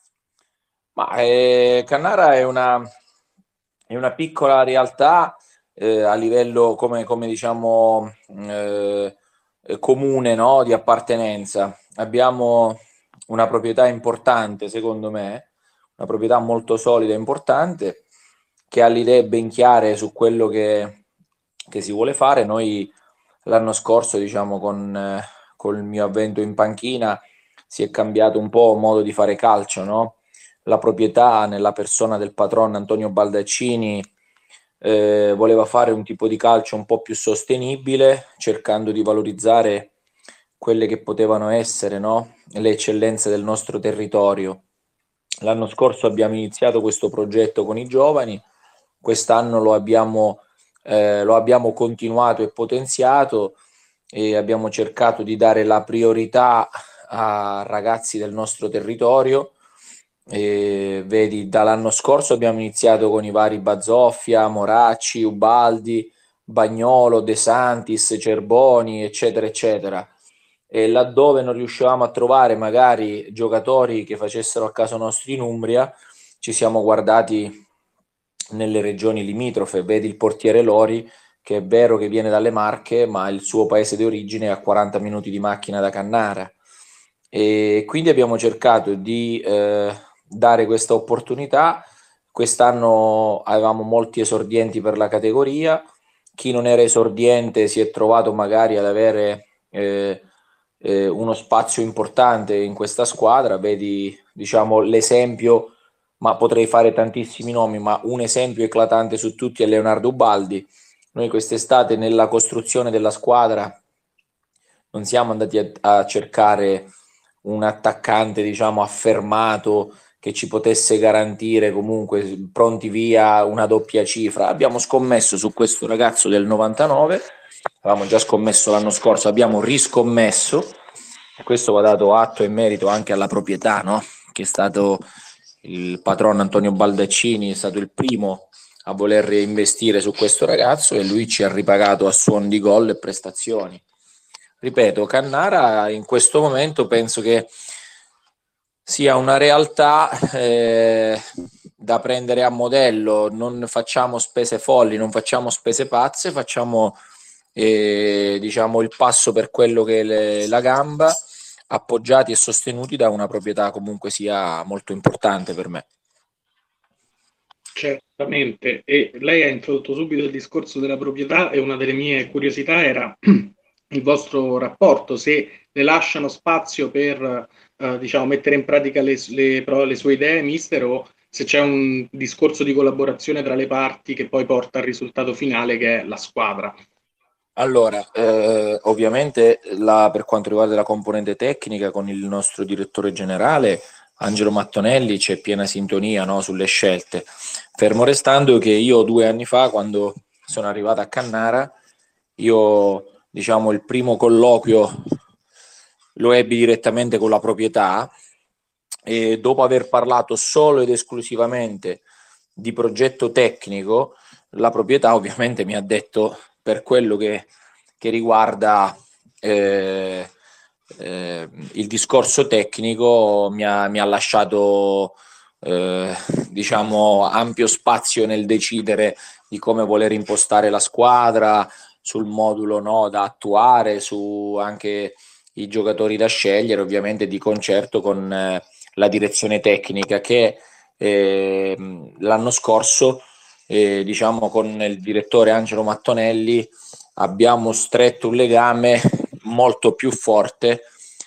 Ma, eh, Cannara è una, è una piccola realtà eh, a livello come, come diciamo eh, comune, no? Di appartenenza. Abbiamo una proprietà importante, secondo me, una proprietà molto solida e importante, che ha le idee ben chiare su quello che, che si vuole fare. Noi l'anno scorso, diciamo, con, eh, col mio avvento in panchina si è cambiato un po' modo di fare calcio, no? La proprietà, nella persona del patron Antonio Baldaccini, eh, voleva fare un tipo di calcio un po' più sostenibile, cercando di valorizzare quelle che potevano essere, no? Le eccellenze del nostro territorio. L'anno scorso abbiamo iniziato questo progetto con i giovani, quest'anno lo abbiamo, eh, lo abbiamo continuato e potenziato, e abbiamo cercato di dare la priorità a ragazzi del nostro territorio. E vedi, dall'anno scorso abbiamo iniziato con i vari Bazzoffia, Moracci, Ubaldi, Bagnolo, De Santis, Cerboni, eccetera, eccetera. E laddove non riuscivamo a trovare magari giocatori che facessero a caso nostro in Umbria, ci siamo guardati nelle regioni limitrofe. Vedi il portiere Lori, che è vero che viene dalle Marche, ma il suo paese di origine è a quaranta minuti di macchina da Cannara. E quindi abbiamo cercato di eh, dare questa opportunità. Quest'anno avevamo molti esordienti per la categoria. Chi non era esordiente si è trovato magari ad avere eh, eh, uno spazio importante in questa squadra. Vedi, diciamo, l'esempio, ma potrei fare tantissimi nomi, ma un esempio eclatante su tutti è Leonardo Ubaldi. Noi quest'estate, nella costruzione della squadra, non siamo andati a, a cercare un attaccante, diciamo, affermato, che ci potesse garantire comunque pronti via una doppia cifra. Abbiamo scommesso su questo ragazzo del novantanove, avevamo già scommesso l'anno scorso, abbiamo riscommesso. Questo va dato atto e merito anche alla proprietà, no? Che è stato il patron Antonio Baldaccini, è stato il primo a voler investire su questo ragazzo, e lui ci ha ripagato a suon di gol e prestazioni. Ripeto, Cannara in questo momento penso che sia una realtà eh, da prendere a modello. Non facciamo spese folli, non facciamo spese pazze, facciamo eh, diciamo il passo per quello che è le, la gamba, appoggiati e sostenuti da una proprietà comunque sia molto importante per me. Certamente, e lei ha introdotto subito il discorso della proprietà, e una delle mie curiosità era il vostro rapporto, se le lasciano spazio per eh, diciamo, mettere in pratica le, le, le sue idee, mister, o se c'è un discorso di collaborazione tra le parti che poi porta al risultato finale, che è la squadra. Allora, eh, ovviamente la, per quanto riguarda la componente tecnica, con il nostro direttore generale Angelo Mattonelli c'è piena sintonia, no, sulle scelte, fermo restando che io due anni fa, quando sono arrivato a Cannara, io, diciamo, il primo colloquio lo ebbi direttamente con la proprietà, e dopo aver parlato solo ed esclusivamente di progetto tecnico, la proprietà ovviamente mi ha detto, per quello che, che riguarda eh, eh, il discorso tecnico, mi ha, mi ha lasciato eh, diciamo ampio spazio nel decidere di come voler impostare la squadra, sul modulo, no, da attuare, su anche i giocatori da scegliere, ovviamente di concerto con eh, la direzione tecnica, che eh, l'anno scorso eh, diciamo con il direttore Angelo Mattonelli abbiamo stretto un legame molto più forte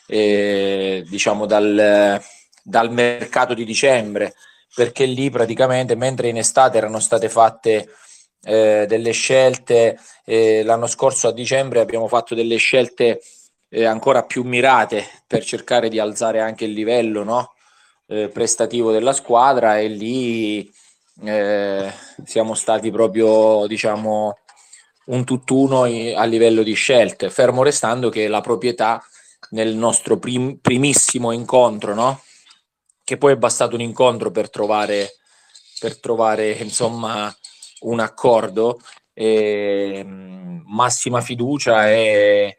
eh, diciamo dal, dal mercato di dicembre, perché lì praticamente, mentre in estate erano state fatte eh, delle scelte, eh, l'anno scorso a dicembre abbiamo fatto delle scelte eh, ancora più mirate per cercare di alzare anche il livello, no? eh, prestativo della squadra, e lì eh, siamo stati proprio, diciamo, un tutt'uno a livello di scelte, fermo restando che la proprietà nel nostro prim- primissimo incontro, no? Che poi è bastato un incontro per trovare, per trovare insomma un accordo, e, mh, massima fiducia, e,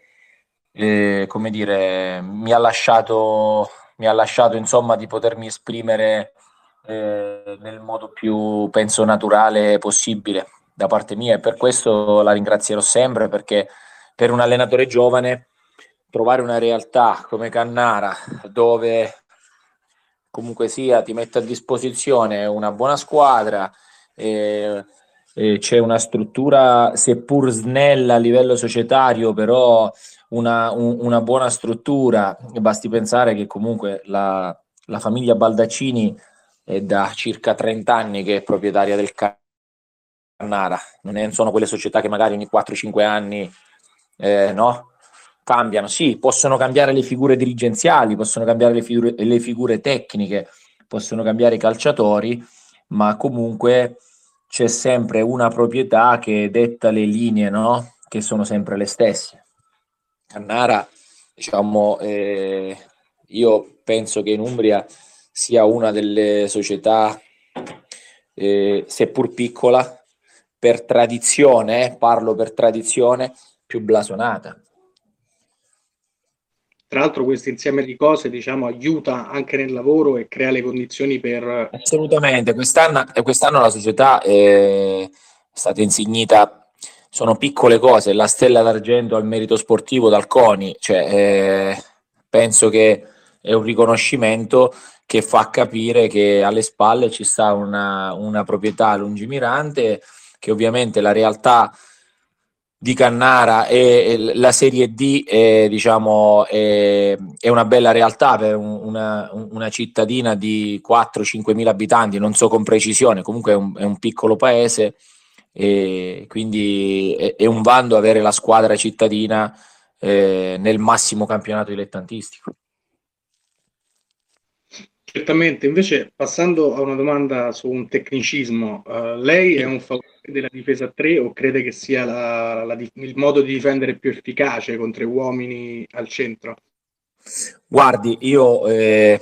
e come dire, mi ha lasciato mi ha lasciato insomma di potermi esprimere eh, nel modo più, penso, naturale possibile. da parte mia, e per questo la ringrazierò sempre, perché per un allenatore giovane trovare una realtà come Cannara, dove comunque sia ti mette a disposizione una buona squadra, e, e c'è una struttura seppur snella a livello societario, però una, un, una buona struttura. Basti pensare che comunque la, la famiglia Baldaccini è da circa trenta anni che è proprietaria del Cannara, non è, sono quelle società che magari ogni quattro cinque anni eh, no? cambiano. Sì, possono cambiare le figure dirigenziali, possono cambiare le figure, le figure tecniche, possono cambiare i calciatori, ma comunque c'è sempre una proprietà che detta le linee, no? Che sono sempre le stesse. Cannara, diciamo, eh, io penso che in Umbria sia una delle società, eh, seppur piccola, per tradizione, eh, parlo per tradizione, più blasonata. Tra l'altro questo insieme di cose, diciamo, aiuta anche nel lavoro e crea le condizioni per... Assolutamente, quest'anno, quest'anno la società è stata insignita, sono piccole cose, la stella d'argento al merito sportivo dal CONI, cioè, eh, penso che è un riconoscimento che fa capire che alle spalle ci sta una, una proprietà lungimirante, che ovviamente la realtà di Cannara e la Serie D è, diciamo, è, è una bella realtà per una, una cittadina di quattro cinque mila abitanti, non so con precisione, comunque è un, è un piccolo paese, e quindi è, è un vanto avere la squadra cittadina eh, nel massimo campionato dilettantistico. Certamente, invece passando a una domanda su un tecnicismo, uh, lei è un favorito della difesa a tre o crede che sia la, la, il modo di difendere più efficace con tre uomini al centro? Guardi, io eh,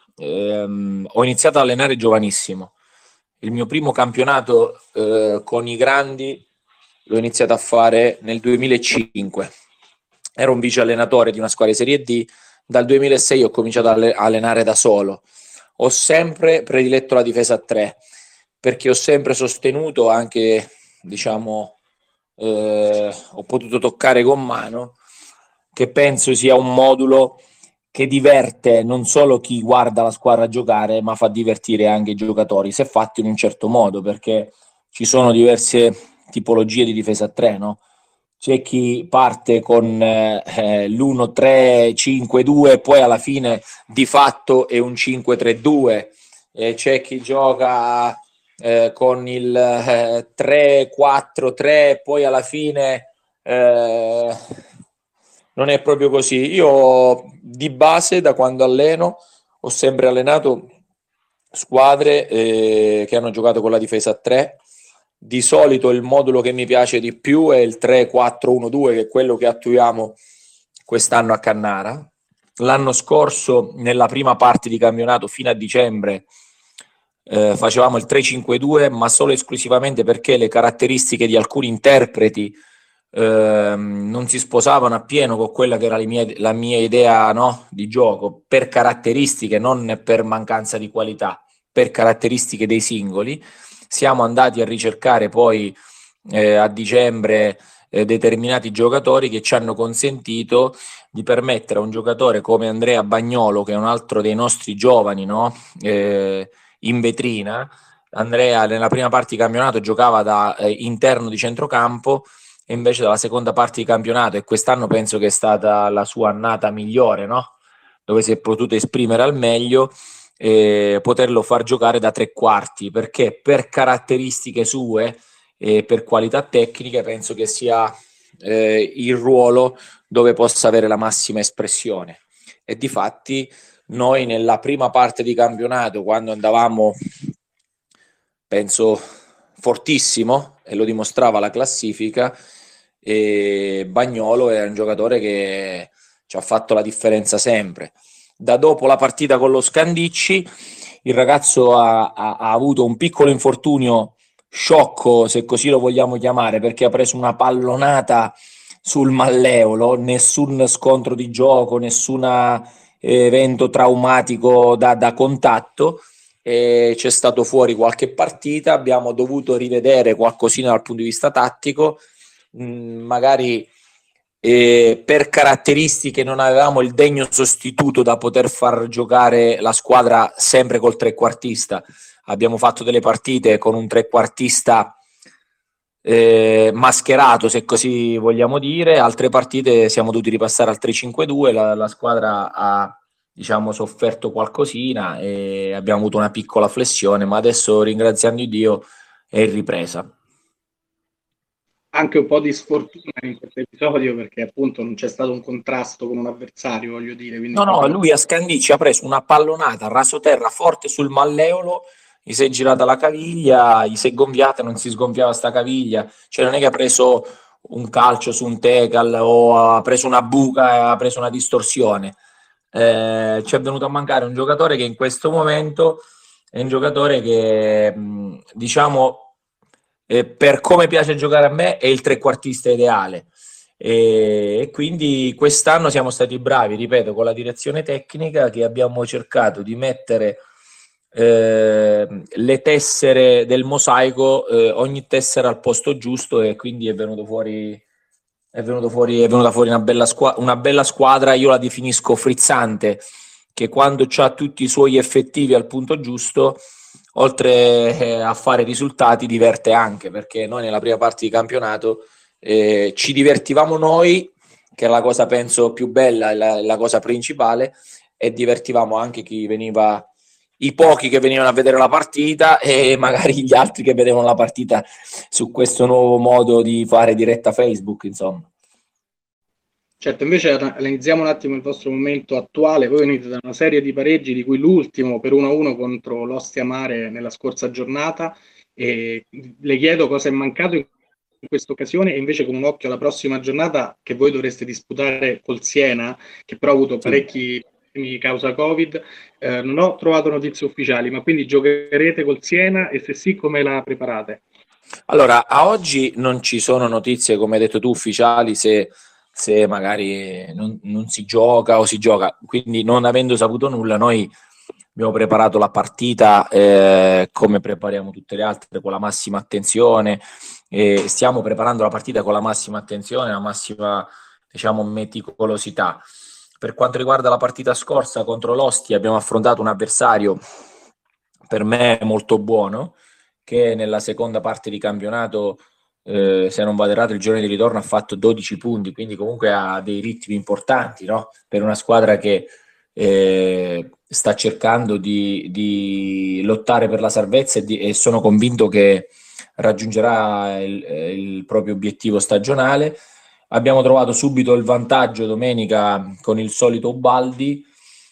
ehm, ho iniziato a allenare giovanissimo. Il mio primo campionato eh, con i grandi l'ho iniziato a fare nel duemilacinque. Ero un vice allenatore di una squadra di Serie D. Dal duemilasei ho cominciato a allenare da solo. Ho sempre prediletto la difesa a tre, perché ho sempre sostenuto, anche, diciamo, eh, ho potuto toccare con mano, che penso sia un modulo che diverte non solo chi guarda la squadra giocare, ma fa divertire anche i giocatori, se fatto in un certo modo, perché ci sono diverse tipologie di difesa a tre, no? C'è chi parte con eh, l'uno tre cinque due, poi alla fine di fatto è un cinque tre due, e c'è chi gioca eh, con il eh, tre quattro tre, poi alla fine eh, non è proprio così. Io di base, da quando alleno, ho sempre allenato squadre eh, che hanno giocato con la difesa a tre. Di solito il modulo che mi piace di più è il tre quattro uno due, che è quello che attuiamo quest'anno a Cannara. L'anno scorso, nella prima parte di campionato, fino a dicembre, eh, facevamo il tre cinque due, ma solo e esclusivamente perché le caratteristiche di alcuni interpreti eh, non si sposavano appieno con quella che era la mia, la mia idea, no, di gioco, per caratteristiche, non per mancanza di qualità, per caratteristiche dei singoli. Siamo andati a ricercare poi eh, a dicembre eh, determinati giocatori che ci hanno consentito di permettere a un giocatore come Andrea Bagnolo, che è un altro dei nostri giovani, no? eh, in vetrina. Andrea nella prima parte di campionato giocava da eh, interno di centrocampo, e invece dalla seconda parte di campionato, e quest'anno penso che è stata la sua annata migliore, no? Dove si è potuto esprimere al meglio, Eh, poterlo far giocare da tre quarti, perché per caratteristiche sue e per qualità tecniche penso che sia eh, il ruolo dove possa avere la massima espressione. E difatti noi nella prima parte di campionato, quando andavamo, penso, fortissimo, e lo dimostrava la classifica, e Bagnolo è un giocatore che ci ha fatto la differenza sempre. Da dopo la partita con lo Scandicci, il ragazzo ha, ha, ha avuto un piccolo infortunio sciocco, se così lo vogliamo chiamare, perché ha preso una pallonata sul malleolo, nessun scontro di gioco, nessun evento traumatico da, da contatto, e c'è stato fuori qualche partita, abbiamo dovuto rivedere qualcosina dal punto di vista tattico, mh, magari eh, per caratteristiche non avevamo il degno sostituto da poter far giocare la squadra sempre col trequartista. Abbiamo fatto delle partite con un trequartista eh, mascherato, se così vogliamo dire, altre partite siamo dovuti ripassare al tre cinque due, la, la squadra ha, diciamo, sofferto qualcosina e abbiamo avuto una piccola flessione, ma adesso, ringraziando Dio, è in ripresa. Anche un po' di sfortuna in questo episodio, perché appunto non c'è stato un contrasto con un avversario, voglio dire. Quindi no, no, proprio... lui a Scandicci ha preso una pallonata rasoterra forte sul malleolo, gli si è girata la caviglia, gli si è gonfiata, non si sgonfiava sta caviglia, cioè non è che ha preso un calcio su un tackle o ha preso una buca e ha preso una distorsione. Eh, ci è venuto a mancare un giocatore che in questo momento è un giocatore che, diciamo, eh, per come piace giocare a me, è il trequartista ideale. E, e quindi quest'anno siamo stati bravi, ripeto, con la direzione tecnica, che abbiamo cercato di mettere eh, le tessere del mosaico, eh, ogni tessera al posto giusto, e quindi è venuto fuori è venuto fuori è venuta fuori una bella, squa- una bella squadra. Io la definisco frizzante, che quando ha tutti i suoi effettivi al punto giusto, oltre eh, a fare risultati, diverte anche, perché noi nella prima parte di campionato eh, ci divertivamo noi, che è la cosa penso più bella, la, la cosa principale, e divertivamo anche chi veniva, i pochi che venivano a vedere la partita, e magari gli altri che vedevano la partita su questo nuovo modo di fare diretta Facebook, insomma. Certo, invece analizziamo un attimo il vostro momento attuale. Voi venite da una serie di pareggi, di cui l'ultimo per uno a uno contro l'Ostia Mare nella scorsa giornata, e le chiedo cosa è mancato in questa occasione, e invece con un occhio alla prossima giornata che voi dovreste disputare col Siena, che però ha avuto parecchi problemi causa Covid. Eh, non ho trovato notizie ufficiali, ma quindi giocherete col Siena, e se sì, come la preparate? Allora, a oggi non ci sono notizie, come hai detto tu, ufficiali, se se magari non, non si gioca o si gioca, quindi non avendo saputo nulla noi abbiamo preparato la partita eh, come prepariamo tutte le altre, con la massima attenzione, e stiamo preparando la partita con la massima attenzione, la massima, diciamo, meticolosità. Per quanto riguarda la partita scorsa contro l'Ostia, abbiamo affrontato un avversario per me molto buono, che nella seconda parte di campionato, Eh, se non vado errato, il giorno di ritorno ha fatto dodici punti, quindi comunque ha dei ritmi importanti, no? Per una squadra che eh, sta cercando di, di lottare per la salvezza, e, di, e sono convinto che raggiungerà il, il proprio obiettivo stagionale. Abbiamo trovato subito il vantaggio domenica con il solito Ubaldi,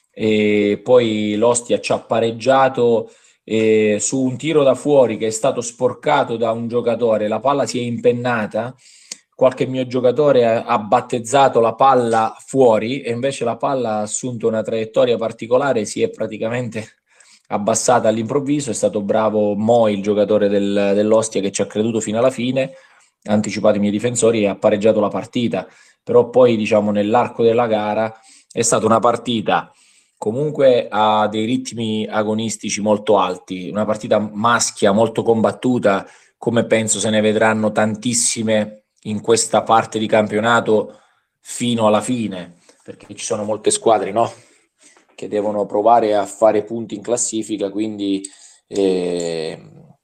e poi l'Ostia ci ha pareggiato eh, su un tiro da fuori che è stato sporcato da un giocatore. La palla si è impennata, qualche mio giocatore ha, ha battezzato la palla fuori, e invece la palla ha assunto una traiettoria particolare, si è praticamente abbassata all'improvviso. È stato bravo Mo, il giocatore del, dell'Ostia, che ci ha creduto fino alla fine, ha anticipato i miei difensori e ha pareggiato la partita. Però poi, diciamo, nell'arco della gara è stata una partita comunque a dei ritmi agonistici molto alti, una partita maschia molto combattuta, come penso se ne vedranno tantissime in questa parte di campionato fino alla fine, perché ci sono molte squadre, no? Che devono provare a fare punti in classifica, quindi eh,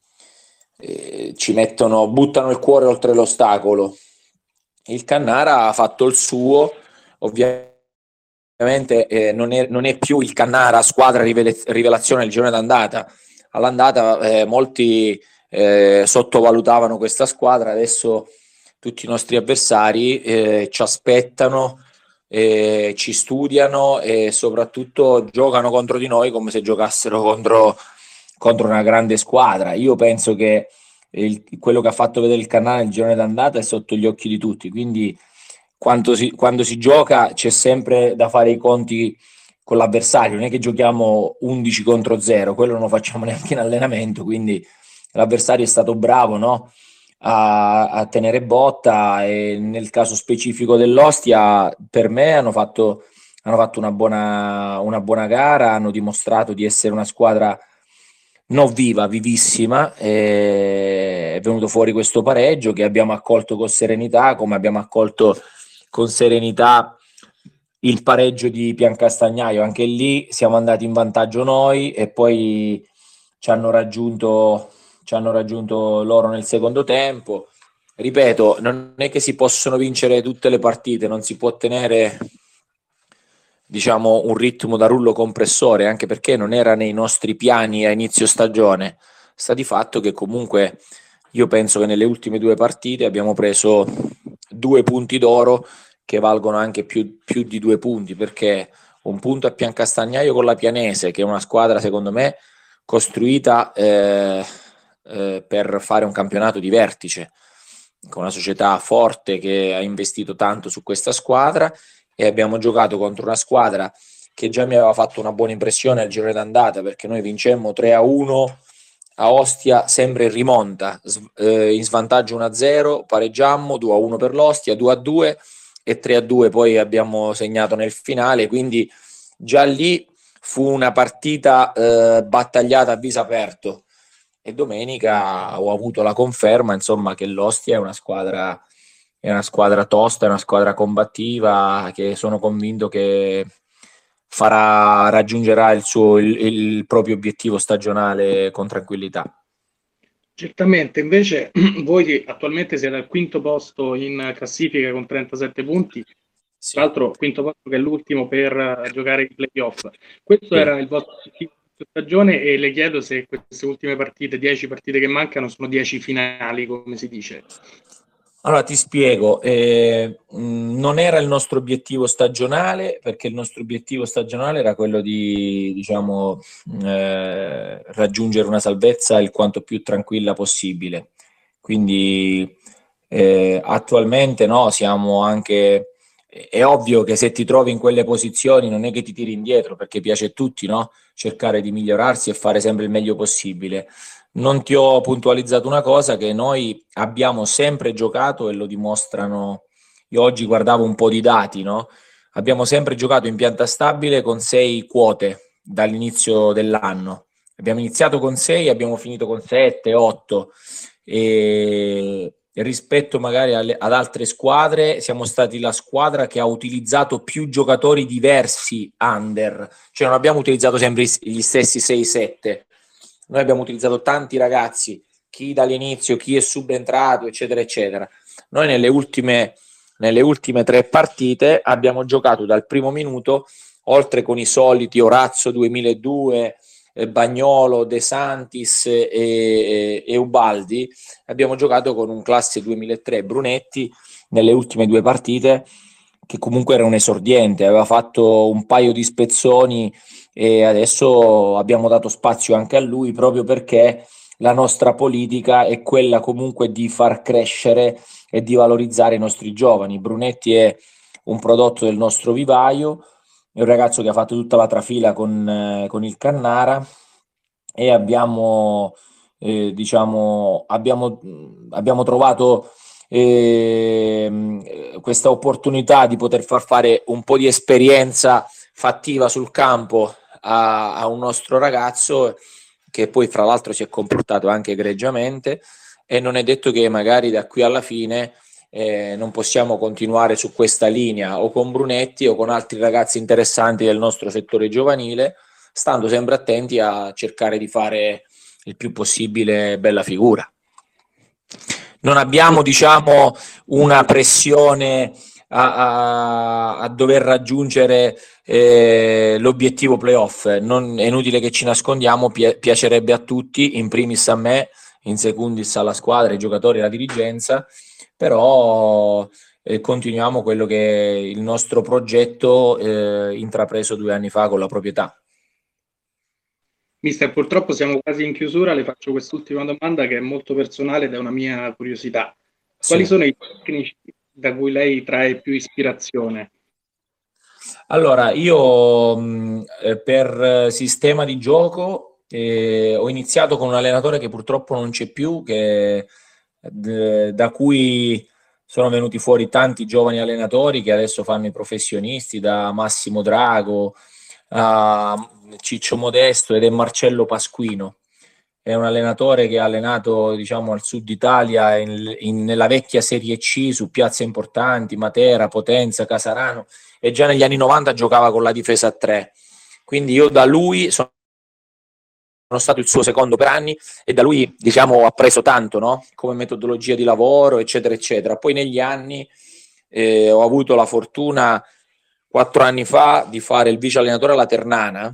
eh, ci mettono, buttano il cuore oltre l'ostacolo. Il Cannara ha fatto il suo, ovviamente. Ovviamente eh, non, è, non è più il Cannara squadra rivele- rivelazione del girone d'andata. All'andata eh, molti eh, sottovalutavano questa squadra, adesso tutti i nostri avversari eh, ci aspettano, eh, ci studiano e soprattutto giocano contro di noi come se giocassero contro, contro una grande squadra. Io penso che il, quello che ha fatto vedere il Cannara nel girone d'andata è sotto gli occhi di tutti, quindi Quando si, quando si gioca c'è sempre da fare i conti con l'avversario, non è che giochiamo undici contro zero, quello non lo facciamo neanche in allenamento, quindi l'avversario è stato bravo, no? a, a tenere botta, e nel caso specifico dell'Ostia per me hanno fatto, hanno fatto una, buona, una buona gara, hanno dimostrato di essere una squadra non viva, vivissima, eh, è venuto fuori questo pareggio che abbiamo accolto con serenità, come abbiamo accolto con serenità il pareggio di Piancastagnaio. Anche lì siamo andati in vantaggio noi e poi ci hanno raggiunto, ci hanno raggiunto loro nel secondo tempo. Ripeto, non è che si possono vincere tutte le partite, non si può tenere, diciamo, un ritmo da rullo compressore, anche perché non era nei nostri piani a inizio stagione. Sta di fatto che comunque io penso che nelle ultime due partite abbiamo preso due punti d'oro che valgono anche più, più di due punti, perché un punto a Piancastagnaio con la Pianese, che è una squadra secondo me costruita eh, eh, per fare un campionato di vertice, con una società forte che ha investito tanto su questa squadra, e abbiamo giocato contro una squadra che già mi aveva fatto una buona impressione al girone d'andata, perché noi vincemmo tre a uno a Ostia, sempre in rimonta, eh, in svantaggio uno a zero, pareggiammo due a uno per l'Ostia, due a due e tre a due poi abbiamo segnato nel finale, quindi già lì fu una partita eh, battagliata a viso aperto. E domenica ho avuto la conferma, insomma, che l'Ostia è una squadra è una squadra tosta, è una squadra combattiva, che sono convinto che farà raggiungerà il suo il, il proprio obiettivo stagionale con tranquillità. Certamente, invece voi attualmente siete al quinto posto in classifica con trentasette punti, Sì. tra l'altro quinto posto che è l'ultimo per giocare i playoff. Questo Sì. era il vostro obiettivo di stagione e le chiedo se queste ultime partite, dieci partite che mancano, sono dieci finali, come si dice. Allora ti spiego, eh, mh, non era il nostro obiettivo stagionale, perché il nostro obiettivo stagionale era quello di, diciamo, eh, raggiungere una salvezza il quanto più tranquilla possibile. Quindi eh, attualmente no, siamo anche, è ovvio che se ti trovi in quelle posizioni non è che ti tiri indietro, perché piace a tutti, no? Cercare di migliorarsi e fare sempre il meglio possibile. Non ti ho puntualizzato una cosa, che noi abbiamo sempre giocato, e lo dimostrano, io oggi guardavo un po' di dati, no? Abbiamo sempre giocato in pianta stabile con sei quote dall'inizio dell'anno. Abbiamo iniziato con sei, abbiamo finito con sette, otto, e rispetto magari alle, ad altre squadre siamo stati la squadra che ha utilizzato più giocatori diversi under, cioè non abbiamo utilizzato sempre gli stessi sei sette. Noi abbiamo utilizzato tanti ragazzi, chi dall'inizio, chi è subentrato, eccetera, eccetera. Noi nelle ultime, nelle ultime tre partite abbiamo giocato dal primo minuto, oltre con i soliti Orazzo duemiladue, eh, Bagnolo, De Santis e, e, e Ubaldi, abbiamo giocato con un classe duemilatré Brunetti nelle ultime due partite, che comunque era un esordiente, aveva fatto un paio di spezzoni, e adesso abbiamo dato spazio anche a lui, proprio perché la nostra politica è quella comunque di far crescere e di valorizzare i nostri giovani. Brunetti è un prodotto del nostro vivaio, è un ragazzo che ha fatto tutta la trafila con, eh, con il Cannara, e abbiamo, eh, diciamo, abbiamo, abbiamo trovato eh, questa opportunità di poter far fare un po' di esperienza fattiva sul campo a, a un nostro ragazzo, che poi fra l'altro si è comportato anche egregiamente, e non è detto che magari da qui alla fine eh, non possiamo continuare su questa linea, o con Brunetti o con altri ragazzi interessanti del nostro settore giovanile, stando sempre attenti a cercare di fare il più possibile bella figura. Non abbiamo, diciamo, una pressione a, a, a dover raggiungere eh, l'obiettivo playoff. Non è inutile che ci nascondiamo, pi- piacerebbe a tutti, in primis a me, in secundis alla squadra, ai giocatori e alla dirigenza, però eh, continuiamo quello che è il nostro progetto eh, intrapreso due anni fa con la proprietà. Mister, purtroppo siamo quasi in chiusura, le faccio quest'ultima domanda che è molto personale ed è una mia curiosità. Quali Sì. sono i tecnici da cui lei trae più ispirazione? Allora, io mh, per sistema di gioco eh, ho iniziato con un allenatore che purtroppo non c'è più, che, d- da cui sono venuti fuori tanti giovani allenatori che adesso fanno i professionisti, da Massimo Drago a Ciccio Modesto, ed è Marcello Pasquino. è un allenatore che ha allenato, diciamo, al sud Italia, in, in, nella vecchia Serie C, su piazze importanti, Matera, Potenza, Casarano, e già negli anni novanta giocava con la difesa a tre. Quindi io da lui sono sono stato il suo secondo per anni e da lui, diciamo, ho appreso tanto, no? Come metodologia di lavoro, eccetera, eccetera. Poi negli anni eh, ho avuto la fortuna, quattro anni fa, di fare il vice allenatore alla Ternana,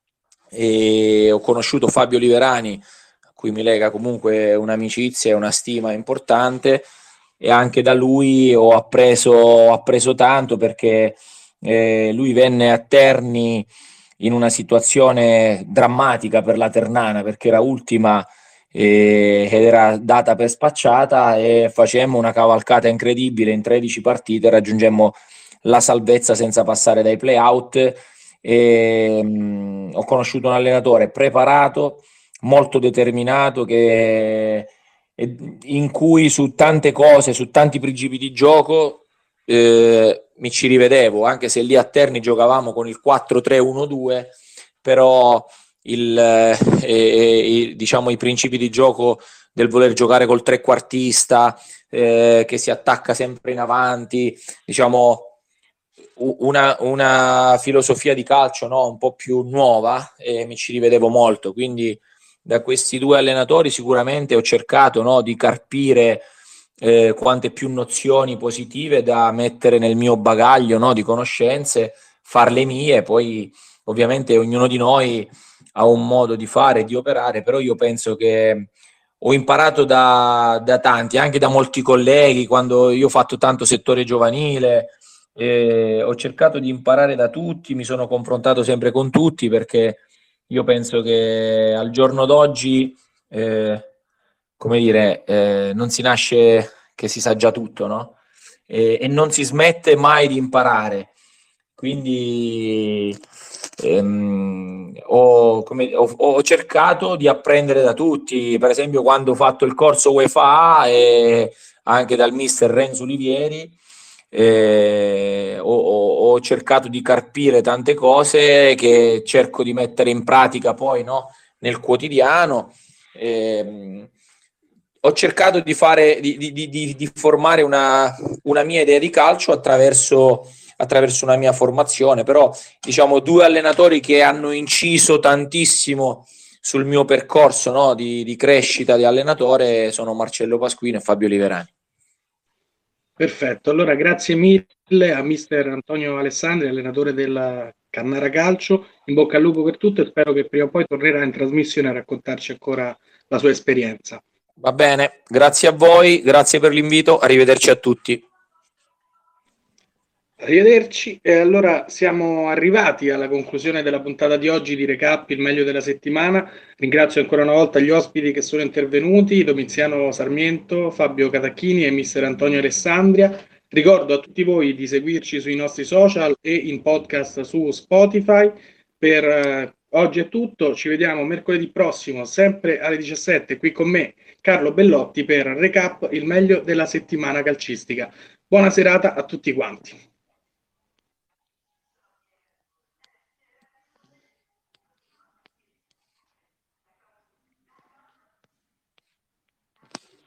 e ho conosciuto Fabio Liverani, a cui mi lega comunque un'amicizia e una stima importante, e anche da lui ho appreso, ho appreso tanto, perché eh, lui venne a Terni in una situazione drammatica per la Ternana, perché era ultima eh, ed era data per spacciata, e facemmo una cavalcata incredibile. In tredici partite raggiungemmo la salvezza senza passare dai play-out. E, mh, ho conosciuto un allenatore preparato, molto determinato, che, in cui su tante cose, su tanti principi di gioco eh, mi ci rivedevo, anche se lì a Terni giocavamo con il quattro tre uno due, però il, eh, il, diciamo, i principi di gioco del voler giocare col trequartista eh, che si attacca sempre in avanti, diciamo una, una filosofia di calcio, no? Un po' più nuova, e mi ci rivedevo molto. Quindi da questi due allenatori sicuramente ho cercato, no, di carpire eh, quante più nozioni positive da mettere nel mio bagaglio, no, di conoscenze, farle mie. Poi ovviamente ognuno di noi ha un modo di fare e di operare, però io penso che ho imparato da, da tanti, anche da molti colleghi, quando io ho fatto tanto settore giovanile, eh, ho cercato di imparare da tutti, mi sono confrontato sempre con tutti, perché io penso che al giorno d'oggi, eh, come dire, eh, non si nasce che si sa già tutto, no? E, e non si smette mai di imparare. Quindi ehm, ho, come, ho, ho cercato di apprendere da tutti. Per esempio, quando ho fatto il corso UEFA e anche dal mister Renzo Olivieri, eh, ho, ho, ho cercato di carpire tante cose che cerco di mettere in pratica poi, no, nel quotidiano. Eh, ho cercato di fare di, di, di, di formare una, una mia idea di calcio attraverso, attraverso una mia formazione, però diciamo due allenatori che hanno inciso tantissimo sul mio percorso, no, di, di crescita di allenatore sono Marcello Pasquino e Fabio Liverani. Perfetto, allora grazie mille a mister Antonio Alessandri, allenatore del Cannara Calcio, in bocca al lupo per tutto, e spero che prima o poi tornerà in trasmissione a raccontarci ancora la sua esperienza. Va bene, grazie a voi, grazie per l'invito, arrivederci a tutti. Arrivederci, e allora siamo arrivati alla conclusione della puntata di oggi di Recap, il meglio della settimana. Ringrazio ancora una volta gli ospiti che sono intervenuti, Domiziano Sarmiento, Fabio Catacchini e mister Antonio Alessandria. Ricordo a tutti voi di seguirci sui nostri social e in podcast su Spotify. Per eh, oggi è tutto, ci vediamo mercoledì prossimo, sempre alle diciassette, qui con me, Carlo Bellotti, per Recap, il meglio della settimana calcistica. Buona serata a tutti quanti.